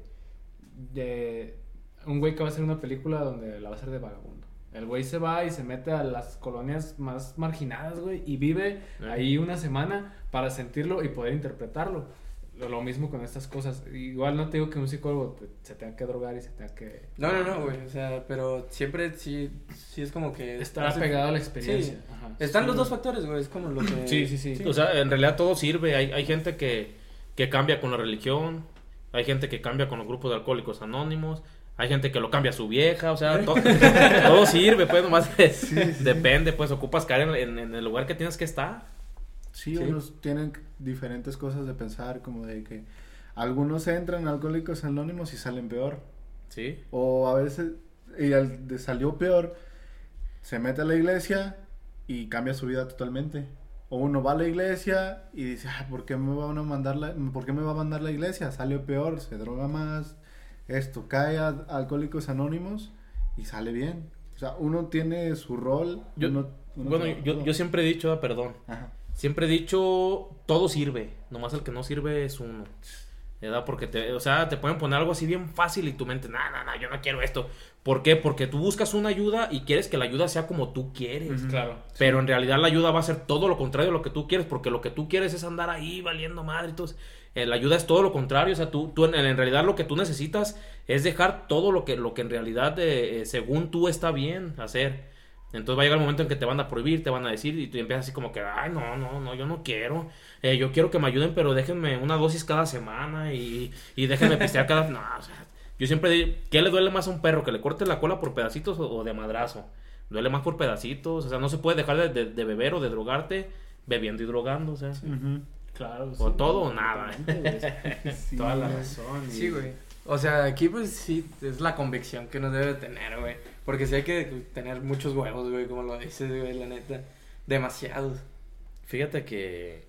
[SPEAKER 2] de un güey que va a hacer una película donde la va a hacer de vagabundo. El güey se va y se mete a las colonias más marginadas, güey, y vive
[SPEAKER 3] eh.
[SPEAKER 2] ahí una semana para sentirlo y poder interpretarlo. Lo, lo mismo con estas cosas. Igual no te digo que un psicólogo te, se tenga que drogar y se tenga que...
[SPEAKER 4] No, no, no, güey, o sea, pero siempre sí, sí es como que...
[SPEAKER 2] estar
[SPEAKER 4] hace-
[SPEAKER 2] apegado a la experiencia.
[SPEAKER 4] Sí.
[SPEAKER 2] Ajá.
[SPEAKER 4] Están
[SPEAKER 2] Sí,
[SPEAKER 4] los dos
[SPEAKER 2] güey.
[SPEAKER 4] factores, güey, es como lo que...
[SPEAKER 2] Sí, sí, sí.
[SPEAKER 3] O sea, en realidad todo sirve. Hay, hay gente que, que cambia con la religión. Hay gente que cambia con los grupos de alcohólicos anónimos. Hay gente que lo cambia a su vieja. O sea, to- todo sirve, pues, nomás de-
[SPEAKER 1] Sí, sí.
[SPEAKER 3] depende, pues, ocupas caer en, en- en el lugar que tienes que estar.
[SPEAKER 1] Sí,
[SPEAKER 4] Sí.
[SPEAKER 1] unos tienen diferentes cosas de pensar, como de que algunos entran en Alcohólicos Anónimos y salen peor.
[SPEAKER 3] Sí.
[SPEAKER 1] O a veces, y al de salió peor, se mete a la iglesia y cambia su vida totalmente. O uno va a la iglesia y dice, ah, ¿por qué me van a mandar la, ¿por qué me va a mandar la iglesia? Salió peor, se droga más, esto, cae a, a Alcohólicos Anónimos y sale bien. O sea, uno tiene su rol.
[SPEAKER 3] Yo-
[SPEAKER 1] uno, uno
[SPEAKER 3] Bueno,
[SPEAKER 1] trabaja
[SPEAKER 3] yo,
[SPEAKER 1] todo.
[SPEAKER 3] yo siempre he dicho, ah, perdón.
[SPEAKER 1] Ajá.
[SPEAKER 3] Siempre he dicho, todo sirve. Nomás el que no sirve es uno. ¿Verdad? Porque te, o sea, te pueden poner algo así bien fácil y tu mente, no, no, no, yo no quiero esto. ¿Por qué? Porque tú buscas una ayuda y quieres que la ayuda sea como tú quieres.
[SPEAKER 1] Ujú.
[SPEAKER 2] Claro.
[SPEAKER 3] Pero en realidad la ayuda va a ser todo lo contrario de lo que tú quieres, porque lo que tú quieres es andar ahí valiendo madre. Entonces, eh, la ayuda es todo lo contrario. O sea, tú, tú en, en realidad lo que tú necesitas es dejar todo lo que, lo que en realidad, eh, eh, según tú, está bien hacer. Entonces va a llegar el momento en que te van a prohibir, te van a decir, y tú empiezas así como que, ay, no, no, no, yo no quiero. Eh, yo quiero que me ayuden, pero déjenme una dosis cada semana y, y déjenme pistear cada... No, o sea, yo siempre digo, ¿qué le duele más a un perro? ¿Que le corte la cola por pedacitos o, o de madrazo? Duele más por pedacitos. O sea, no se puede dejar de, de, de beber o de drogarte bebiendo y drogando, o sea.
[SPEAKER 1] Ujú.
[SPEAKER 2] Claro.
[SPEAKER 3] O
[SPEAKER 2] sí.
[SPEAKER 3] todo o nada, ¿eh?
[SPEAKER 2] Totalmente, güey.
[SPEAKER 1] Sí,
[SPEAKER 2] Toda la
[SPEAKER 1] güey.
[SPEAKER 2] razón. y-
[SPEAKER 4] Sí, güey. O sea, aquí pues sí, es la convicción que uno debe tener, güey. Porque sí hay que tener muchos huevos, güey, como lo dices, güey, la neta. Demasiados.
[SPEAKER 3] Fíjate que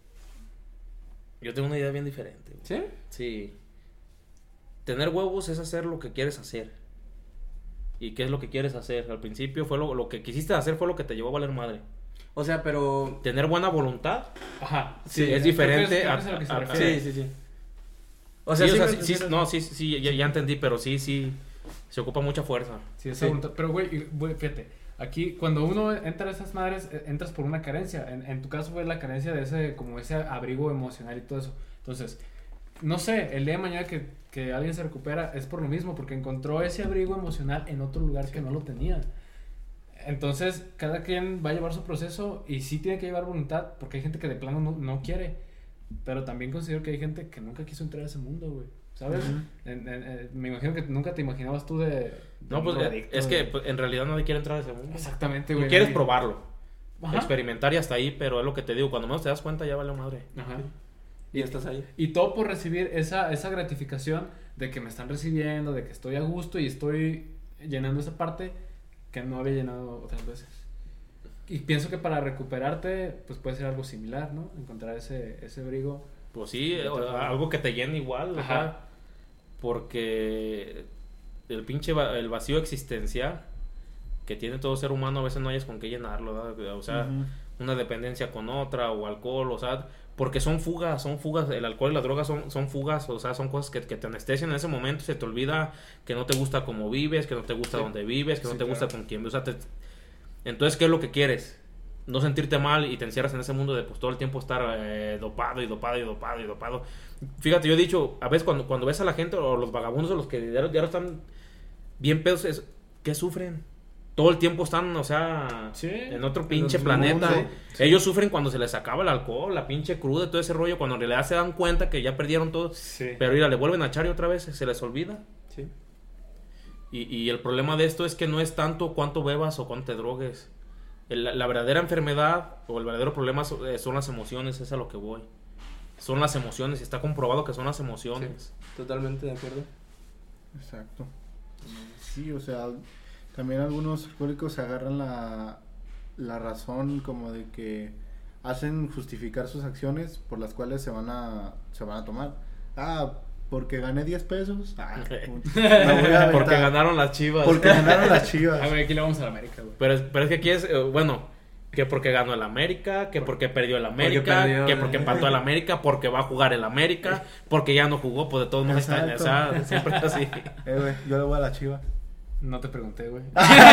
[SPEAKER 3] yo tengo una idea bien diferente, güey.
[SPEAKER 4] ¿Sí?
[SPEAKER 3] Sí. Tener huevos es hacer lo que quieres hacer. ¿Y qué es lo que quieres hacer? Al principio fue lo, lo que quisiste hacer fue lo que te llevó a valer madre.
[SPEAKER 4] O sea, pero...
[SPEAKER 3] Tener buena voluntad.
[SPEAKER 2] Ajá.
[SPEAKER 3] Sí, es diferente
[SPEAKER 2] creo
[SPEAKER 3] a,
[SPEAKER 2] que es a lo que se
[SPEAKER 3] a-
[SPEAKER 2] refiere.
[SPEAKER 4] Sí, sí, sí.
[SPEAKER 3] O sea, sí, o sea,
[SPEAKER 4] me-
[SPEAKER 3] sí, sí, no, sí, sí, ya, ya entendí, pero sí, sí, se ocupa mucha fuerza.
[SPEAKER 2] Sí, esa
[SPEAKER 4] Sí.
[SPEAKER 2] voluntad. Pero, güey, y, güey, fíjate, aquí cuando uno entra a esas madres, eh, entras por una carencia. En, en tu caso fue la carencia de ese, como ese abrigo emocional y todo eso. Entonces, no sé, el día de mañana que, que alguien se recupera es por lo mismo, porque encontró ese abrigo emocional en otro lugar que no lo tenía. Entonces, cada quien va a llevar su proceso y sí tiene que llevar voluntad, porque hay gente que de plano no, no quiere. Pero también considero que hay gente que nunca quiso entrar a ese mundo, güey. ¿Sabes?
[SPEAKER 1] Ujú.
[SPEAKER 2] En- en- en- me imagino que nunca te imaginabas tú de... de
[SPEAKER 3] No,
[SPEAKER 2] un
[SPEAKER 3] pues
[SPEAKER 2] drogadicto,
[SPEAKER 3] es que
[SPEAKER 2] de-
[SPEAKER 3] pues, en realidad nadie quiere entrar a ese mundo.
[SPEAKER 2] Exactamente,
[SPEAKER 3] Tú
[SPEAKER 2] güey.
[SPEAKER 3] quieres
[SPEAKER 2] Nadie-
[SPEAKER 3] probarlo,
[SPEAKER 2] Ajá.
[SPEAKER 3] experimentar y hasta ahí, pero es lo que te digo, cuando menos te das cuenta ya vale madre.
[SPEAKER 2] Ajá.
[SPEAKER 4] Y estás ahí.
[SPEAKER 2] Y todo por recibir esa, esa gratificación de que me están recibiendo, de que estoy a gusto y estoy llenando esa parte que no había llenado otras veces. Y pienso que para recuperarte, pues puede ser algo similar, ¿no? Encontrar ese, ese abrigo.
[SPEAKER 3] Pues sí, o- algo que te llene igual,
[SPEAKER 2] Ajá.
[SPEAKER 3] ajá. Porque el pinche va- el vacío existencial que tiene todo ser humano a veces no hayas con qué llenarlo, ¿verdad? O sea,
[SPEAKER 1] Ujú.
[SPEAKER 3] una dependencia con otra o alcohol, o sea, porque son fugas, son fugas, el alcohol y las drogas son, son fugas, o sea, son cosas que, que te anestesian en ese momento, se te olvida que no te gusta cómo vives, que no te gusta
[SPEAKER 2] Sí.
[SPEAKER 3] dónde vives, que
[SPEAKER 2] Sí,
[SPEAKER 3] no te
[SPEAKER 2] claro.
[SPEAKER 3] gusta con quién vives, o sea, te- entonces, ¿qué es lo que quieres? No sentirte mal y te encierras en ese mundo de pues todo el tiempo estar eh, dopado y dopado y dopado y dopado. Fíjate, yo he dicho, a veces cuando, cuando ves a la gente o los vagabundos o los que ya, ya están bien pedos, es, ¿qué sufren? Todo el tiempo están, o sea,
[SPEAKER 2] Sí.
[SPEAKER 3] en otro
[SPEAKER 1] En
[SPEAKER 3] pinche
[SPEAKER 1] otro
[SPEAKER 3] planeta.
[SPEAKER 1] mundo.
[SPEAKER 3] Ellos sufren cuando se les acaba el alcohol, la pinche cruda, todo ese rollo, cuando en realidad se dan cuenta que ya perdieron todo.
[SPEAKER 2] Sí.
[SPEAKER 3] Pero mira, le vuelven a echar y otra vez se les olvida.
[SPEAKER 4] Sí.
[SPEAKER 3] Y, y el problema de esto es que no es tanto cuánto bebas o cuánto te drogues. El- la, la verdadera enfermedad o el verdadero problema so- eh, son las emociones, es a lo que voy. Son las emociones, y está comprobado que son las emociones.
[SPEAKER 4] Totalmente de acuerdo.
[SPEAKER 1] Exacto. Sí, o sea, también algunos alcohólicos se agarran la, la razón como de que hacen justificar sus acciones por las cuales se van a, se van a tomar. Ah, porque gané diez pesos. Ah, me voy a aventar.
[SPEAKER 3] Porque ganaron las Chivas.
[SPEAKER 1] Porque ganaron las Chivas.
[SPEAKER 2] A ver, aquí le vamos a la América, güey.
[SPEAKER 3] Pero, es- pero es que aquí es, eh, bueno, que porque ganó el América, que porque perdió el América,
[SPEAKER 4] perdió,
[SPEAKER 3] que
[SPEAKER 4] eh.
[SPEAKER 3] porque empató el América, porque va a jugar el América, porque ya no jugó, pues de todos modos está, o
[SPEAKER 1] Exacto.
[SPEAKER 3] sea, siempre está así.
[SPEAKER 1] Eh, güey, yo le voy a la Chivas.
[SPEAKER 2] No te pregunté, güey.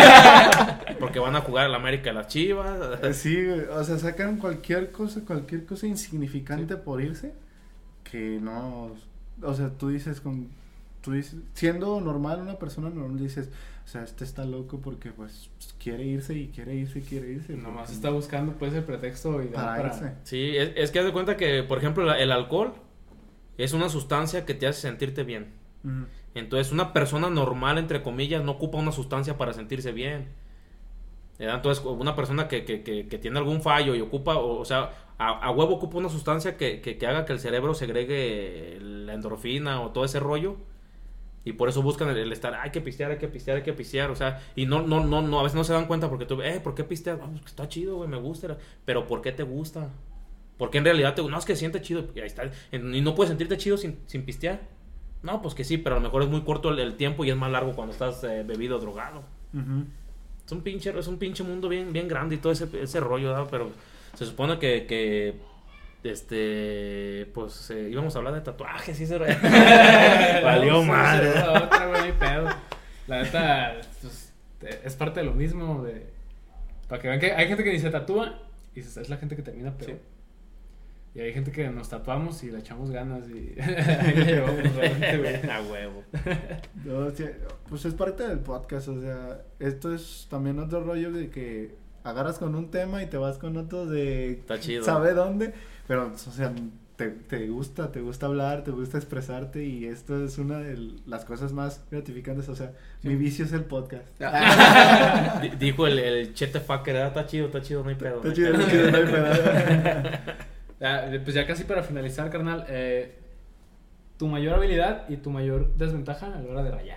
[SPEAKER 3] Porque van a jugar el América y las Chivas.
[SPEAKER 1] Eh, Sí, güey, o sea, sacan cualquier cosa, cualquier cosa insignificante por irse, que no, o sea, tú dices con, tú dices, siendo normal, una persona normal dices, o sea, este está loco porque pues quiere irse y quiere irse y quiere irse.
[SPEAKER 2] Nomás
[SPEAKER 1] porque-
[SPEAKER 2] está buscando, pues, el pretexto ideal
[SPEAKER 1] para
[SPEAKER 2] para...
[SPEAKER 1] irse.
[SPEAKER 3] Sí, es, es que haz de cuenta que, por ejemplo, la- el alcohol es una sustancia que te hace sentirte bien.
[SPEAKER 1] Ujú.
[SPEAKER 3] Entonces, una persona normal, entre comillas, no ocupa una sustancia para sentirse bien. ¿Verdad? Entonces, una persona que, que, que, que tiene algún fallo y ocupa, o, o sea, a, a huevo ocupa una sustancia que, que, que haga que el cerebro segregue la endorfina o todo ese rollo. Y por eso buscan el, el estar, hay que pistear, hay que pistear, hay que pistear, o sea, y no, no, no, no, a veces no se dan cuenta porque tú, eh, ¿por qué pisteas? Vamos, que está chido, güey, me gusta, pero ¿por qué te gusta? Porque en realidad te, no, es que siente chido, y ahí está, y no puedes sentirte chido sin, sin pistear. No, pues que sí, pero a lo mejor es muy corto el, el tiempo y es más largo cuando estás eh, bebido o drogado.
[SPEAKER 1] Ujú.
[SPEAKER 3] Es un pinche, es un pinche mundo bien, bien grande y todo ese, ese rollo, ¿verdad? Pero se supone que, que este, pues eh, íbamos a hablar de tatuajes y ese rollo. Valió
[SPEAKER 2] Sí,
[SPEAKER 3] madre.
[SPEAKER 2] sí, la otra, güey, ni pedo. La neta, pues, te- es parte de lo mismo, de... Para que vean que hay gente que ni se tatúa y es es la gente que termina peor.
[SPEAKER 3] Sí.
[SPEAKER 2] Y hay gente que nos tatuamos y le echamos ganas y ahí la llevamos realmente, güey.
[SPEAKER 3] A huevo.
[SPEAKER 1] No, sí, pues es parte del podcast, o sea, esto es también otro rollo de que agarras con un tema y te vas con otro de
[SPEAKER 3] Está chido.
[SPEAKER 1] sabe dónde, pero, o sea, te, te gusta, te gusta hablar, te gusta expresarte y esto es una de las cosas más gratificantes, o sea, mi vicio es el podcast.
[SPEAKER 3] Di- Dijo el, el chete fucker, ¿verdad? Está chido, está chido, no hay pedo.
[SPEAKER 1] Está chido, está chido, no hay pedo.
[SPEAKER 2] Ya, pues ya casi para finalizar, carnal, eh, tu mayor habilidad y tu mayor desventaja a la hora de rayar.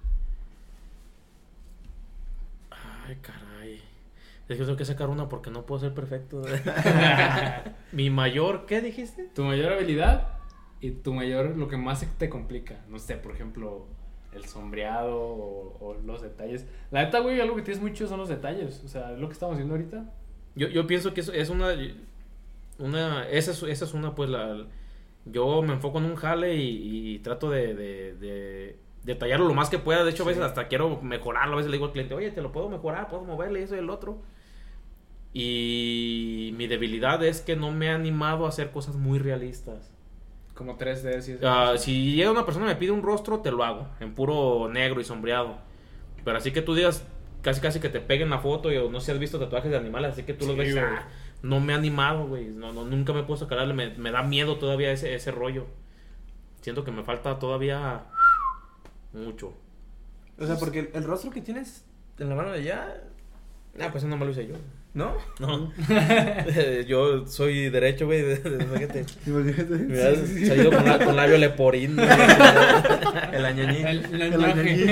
[SPEAKER 3] Ay, caray. Es que tengo que sacar una porque no puedo ser perfecto. Mi mayor, ¿qué dijiste?
[SPEAKER 2] Tu mayor habilidad y tu mayor, lo que más te complica. No sé, por ejemplo, el sombreado o, o los detalles. La neta, güey, algo que tienes mucho son los detalles. O sea, es lo que estamos haciendo ahorita.
[SPEAKER 3] Yo, yo pienso que es, es una... una esa, es, esa es una, pues, la... Yo me enfoco en un jale y, y trato de, de, de detallarlo lo más que pueda. De hecho, a veces hasta quiero mejorarlo. A veces le digo al cliente, oye, te lo puedo mejorar, puedo moverle eso y el otro. Y mi debilidad es que no me he animado a hacer cosas muy realistas.
[SPEAKER 2] Como tres D, si es
[SPEAKER 3] Uh, si llega una persona y me pide un rostro, te lo hago, en puro negro y sombreado. Pero así que tú digas, casi casi que te peguen la foto, y no sé si has visto tatuajes de animales, así que tú los
[SPEAKER 2] Sí,
[SPEAKER 3] ves,
[SPEAKER 2] güey.
[SPEAKER 3] ah, no me he animado, güey, no, no, nunca me he puesto a calarle, me, me da miedo todavía ese, ese rollo. Siento que me falta todavía mucho.
[SPEAKER 4] O sea, porque el, el rostro que tienes en la mano de allá,
[SPEAKER 3] Ah, pues eso no me lo hice yo.
[SPEAKER 4] ¿no?
[SPEAKER 3] No. Yo soy derecho, güey. de- de- fíjate.
[SPEAKER 1] Imagínate.
[SPEAKER 3] Me has
[SPEAKER 1] Sí, sí, sí.
[SPEAKER 3] salido con, la- con labio leporín. güey.
[SPEAKER 4] El añañí.
[SPEAKER 2] El, el
[SPEAKER 1] El
[SPEAKER 2] añaje.
[SPEAKER 1] añañí.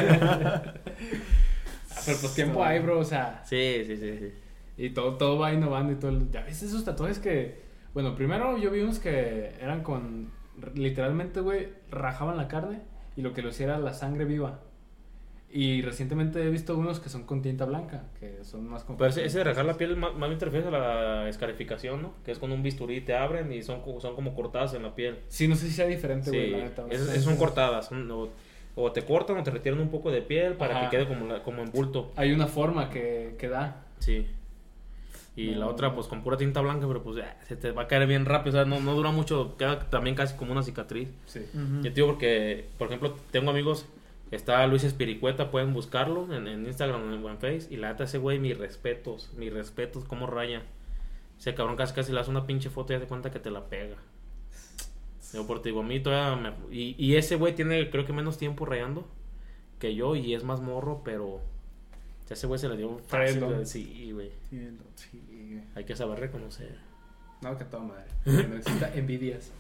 [SPEAKER 2] Pero pues tiempo hay, bro, o sea.
[SPEAKER 3] Sí, sí, sí, sí.
[SPEAKER 2] Y todo, todo va innovando y todo. el- Ya ves esos tatuajes que. Bueno, primero yo vi unos que eran con. Literalmente, güey, rajaban la carne y lo que lo hacía era la sangre viva. Y recientemente he visto unos que son con tinta blanca, que son más
[SPEAKER 3] Pero ese, ese de rajar la piel más, más bien te refieres a la escarificación, ¿no? Que es con un bisturí te abren y son, co- son como cortadas en la piel.
[SPEAKER 2] Sí, no sé si sea diferente, güey,
[SPEAKER 3] Sí,
[SPEAKER 2] la neta.
[SPEAKER 3] es- es- son cortadas. Son, o, o te cortan o te retiran un poco de piel para
[SPEAKER 2] Ajá.
[SPEAKER 3] que quede como, la- como en bulto.
[SPEAKER 2] Hay una forma que, que da.
[SPEAKER 3] Sí. Y
[SPEAKER 2] No.
[SPEAKER 3] la otra, pues con pura tinta blanca, pero pues eh, se te va a caer bien rápido. O sea, no, no dura mucho, queda también casi como una cicatriz.
[SPEAKER 2] Sí.
[SPEAKER 1] Ujú.
[SPEAKER 3] Yo te digo porque, por ejemplo, tengo amigos, está Luis Espiricueta, pueden buscarlo en, en Instagram o en Face, y la neta ese güey, mis respetos, mis respetos, cómo raya. Ese cabrón casi casi le hace una pinche foto y hace cuenta que te la pega. Yo por ti digo, a mí todavía me... Y, y ese güey tiene, creo que menos tiempo rayando que yo, y es más morro, pero... A ese güey se le dio fácil,
[SPEAKER 2] Fresno.
[SPEAKER 3] güey. Sí, güey.
[SPEAKER 1] Sí, lo- sí, güey.
[SPEAKER 3] Hay que saber reconocer.
[SPEAKER 2] No, que toda madre. Que no exista envidias.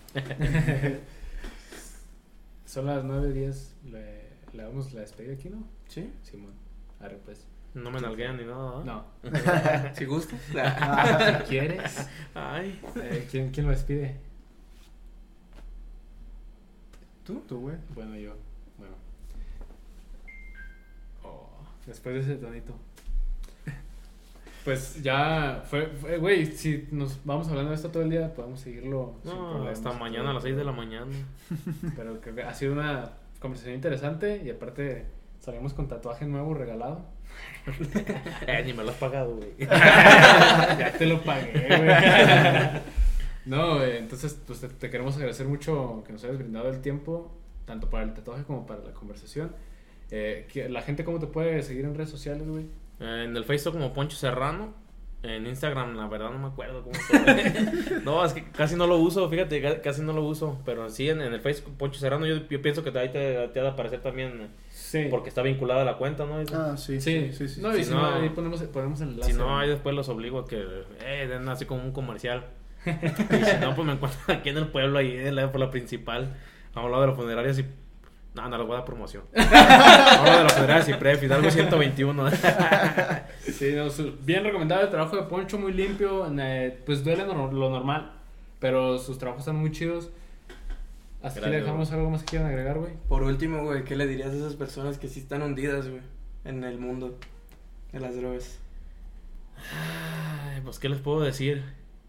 [SPEAKER 2] Son las nueve diez. Le, le damos la despedida aquí, ¿no?
[SPEAKER 4] ¿Sí?
[SPEAKER 2] Simón. Arre, pues.
[SPEAKER 3] No me nalguean ni nada, ¿eh?
[SPEAKER 2] No.
[SPEAKER 4] Si gustas.
[SPEAKER 2] Si quieres.
[SPEAKER 3] Ay.
[SPEAKER 2] Eh, ¿quién, ¿Quién lo despide?
[SPEAKER 1] ¿Tú? ¿Tú, güey?
[SPEAKER 2] Bueno, yo. Bueno. Oh, después de ese tonito. Pues ya fue, fue, güey, si nos vamos hablando de esto todo el día, podemos seguirlo. sin
[SPEAKER 3] No,
[SPEAKER 2] problemas.
[SPEAKER 3] hasta mañana a las seis de la mañana.
[SPEAKER 2] Pero creo que ha sido una conversación interesante y aparte salimos con tatuaje nuevo regalado.
[SPEAKER 3] Eh, ni me lo has pagado, güey.
[SPEAKER 2] Ya te lo pagué, güey. No, güey, entonces pues te, te queremos agradecer mucho que nos hayas brindado el tiempo, tanto para el tatuaje como para la conversación. Eh, que- la gente, ¿cómo te puede seguir en redes sociales, güey?
[SPEAKER 3] Eh, en el Facebook como Poncho Serrano. En Instagram, la verdad, no me acuerdo cómo se No, es que casi no lo uso, fíjate, ca- casi no lo uso. Pero sí, en, en el Facebook Poncho Serrano, yo, yo pienso que ahí te, te ha de aparecer también.
[SPEAKER 2] Sí.
[SPEAKER 3] Porque está vinculada a la cuenta, ¿no?
[SPEAKER 1] Ah, sí.
[SPEAKER 2] Sí,
[SPEAKER 1] Sí, sí, sí.
[SPEAKER 2] No, y
[SPEAKER 3] Si
[SPEAKER 2] si
[SPEAKER 3] no-
[SPEAKER 2] no, ahí ponemos, ponemos el enlace.
[SPEAKER 3] Si no, ahí después los obligo a que eh, den así como un comercial. Y si no, pues me encuentro aquí en el pueblo, ahí en la, por la principal, a un lado de la funeraria. Y... No, no, les voy a dar promoción. A un lado de la funeraria Cipref, Hidalgo ciento veintiuno.
[SPEAKER 2] Sí, no, su- bien recomendado el trabajo de Poncho, muy limpio. eh, pues duele no- lo normal, pero sus trabajos están muy chidos. Hasta aquí le
[SPEAKER 3] Gracias,
[SPEAKER 2] dejamos algo más que quieran agregar, güey.
[SPEAKER 4] Por último, güey, ¿qué le dirías a esas personas que sí están hundidas, güey, en el mundo de las drogas?
[SPEAKER 3] Ay, pues, ¿qué les puedo decir?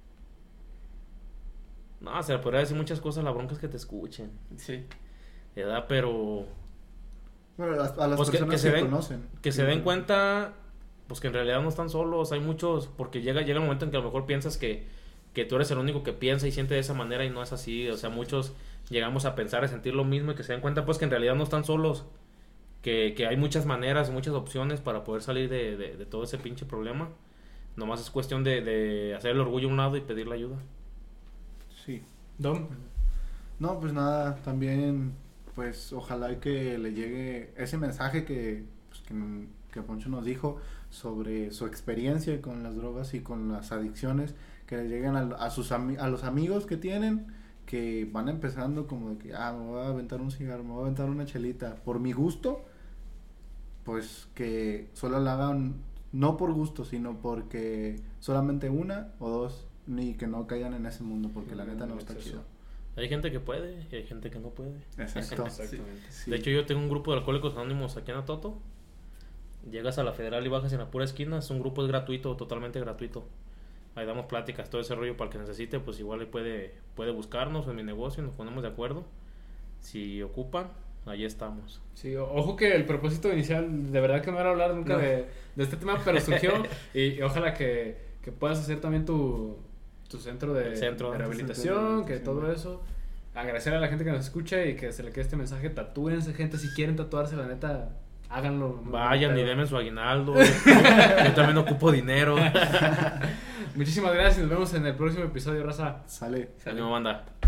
[SPEAKER 3] No, se le podría decir muchas cosas, la bronca es que te escuchen,
[SPEAKER 4] Sí.
[SPEAKER 3] ¿verdad? Pero
[SPEAKER 1] Bueno, a las, a las
[SPEAKER 3] Pues que-
[SPEAKER 1] personas
[SPEAKER 3] que
[SPEAKER 1] que,
[SPEAKER 3] se den-
[SPEAKER 1] conocen.
[SPEAKER 3] que se den cuenta, pues que en realidad no están solos, hay muchos, porque llega, llega el momento en que a lo mejor piensas que, que tú eres el único que piensa y siente de esa manera y no es así, o sea, muchos llegamos a pensar y sentir lo mismo y que se den cuenta pues que en realidad no están solos, que, que hay muchas maneras, muchas opciones para poder salir de, de, de todo ese pinche problema, nomás es cuestión de, de hacer el orgullo a un lado y pedir la ayuda.
[SPEAKER 1] Sí.
[SPEAKER 2] Dom.
[SPEAKER 1] No, pues nada, también, pues ojalá y que le llegue ese mensaje que, pues, que, que Poncho nos dijo sobre su experiencia con las drogas y con las adicciones, que le lleguen a, a sus ami- a los amigos que tienen que van empezando como de que, ah, me voy a aventar un cigarro, me voy a aventar una chelita, por mi gusto, pues que solo la hagan, no por gusto, sino porque solamente una o dos, ni que no caigan en ese mundo, porque la neta no está chido.
[SPEAKER 3] Hay gente que puede y hay gente que no puede.
[SPEAKER 1] Exacto.
[SPEAKER 2] Exactamente.
[SPEAKER 1] Sí.
[SPEAKER 3] De hecho, yo tengo un grupo de Alcohólicos Anónimos aquí en Atoto. Llegas a la Federal y bajas en la pura esquina. Es un grupo, es gratuito, totalmente gratuito. Ahí damos pláticas, todo ese rollo para el que necesite. Pues igual ahí puede, puede buscarnos en mi negocio, nos ponemos de acuerdo. Si ocupan, ahí estamos.
[SPEAKER 2] Sí, o- ojo que el propósito inicial de verdad que no era hablar nunca
[SPEAKER 4] No.
[SPEAKER 2] de, de este tema, pero surgió y, y ojalá que, que puedas hacer también tu, tu centro de,
[SPEAKER 3] El centro,
[SPEAKER 2] de
[SPEAKER 3] ¿no?
[SPEAKER 2] rehabilitación,
[SPEAKER 1] Tu centro de
[SPEAKER 2] que
[SPEAKER 1] rehabilitación.
[SPEAKER 2] todo eso. Agradecer a la gente que nos escucha y que se le quede este mensaje. Tatúense, gente, si quieren tatuarse, la neta, háganlo.
[SPEAKER 3] Vayan y
[SPEAKER 2] Pero-
[SPEAKER 3] denme su aguinaldo. Yo también ocupo dinero.
[SPEAKER 2] Muchísimas gracias, nos vemos en el próximo episodio, raza.
[SPEAKER 1] Sale.
[SPEAKER 3] Ánimo, banda.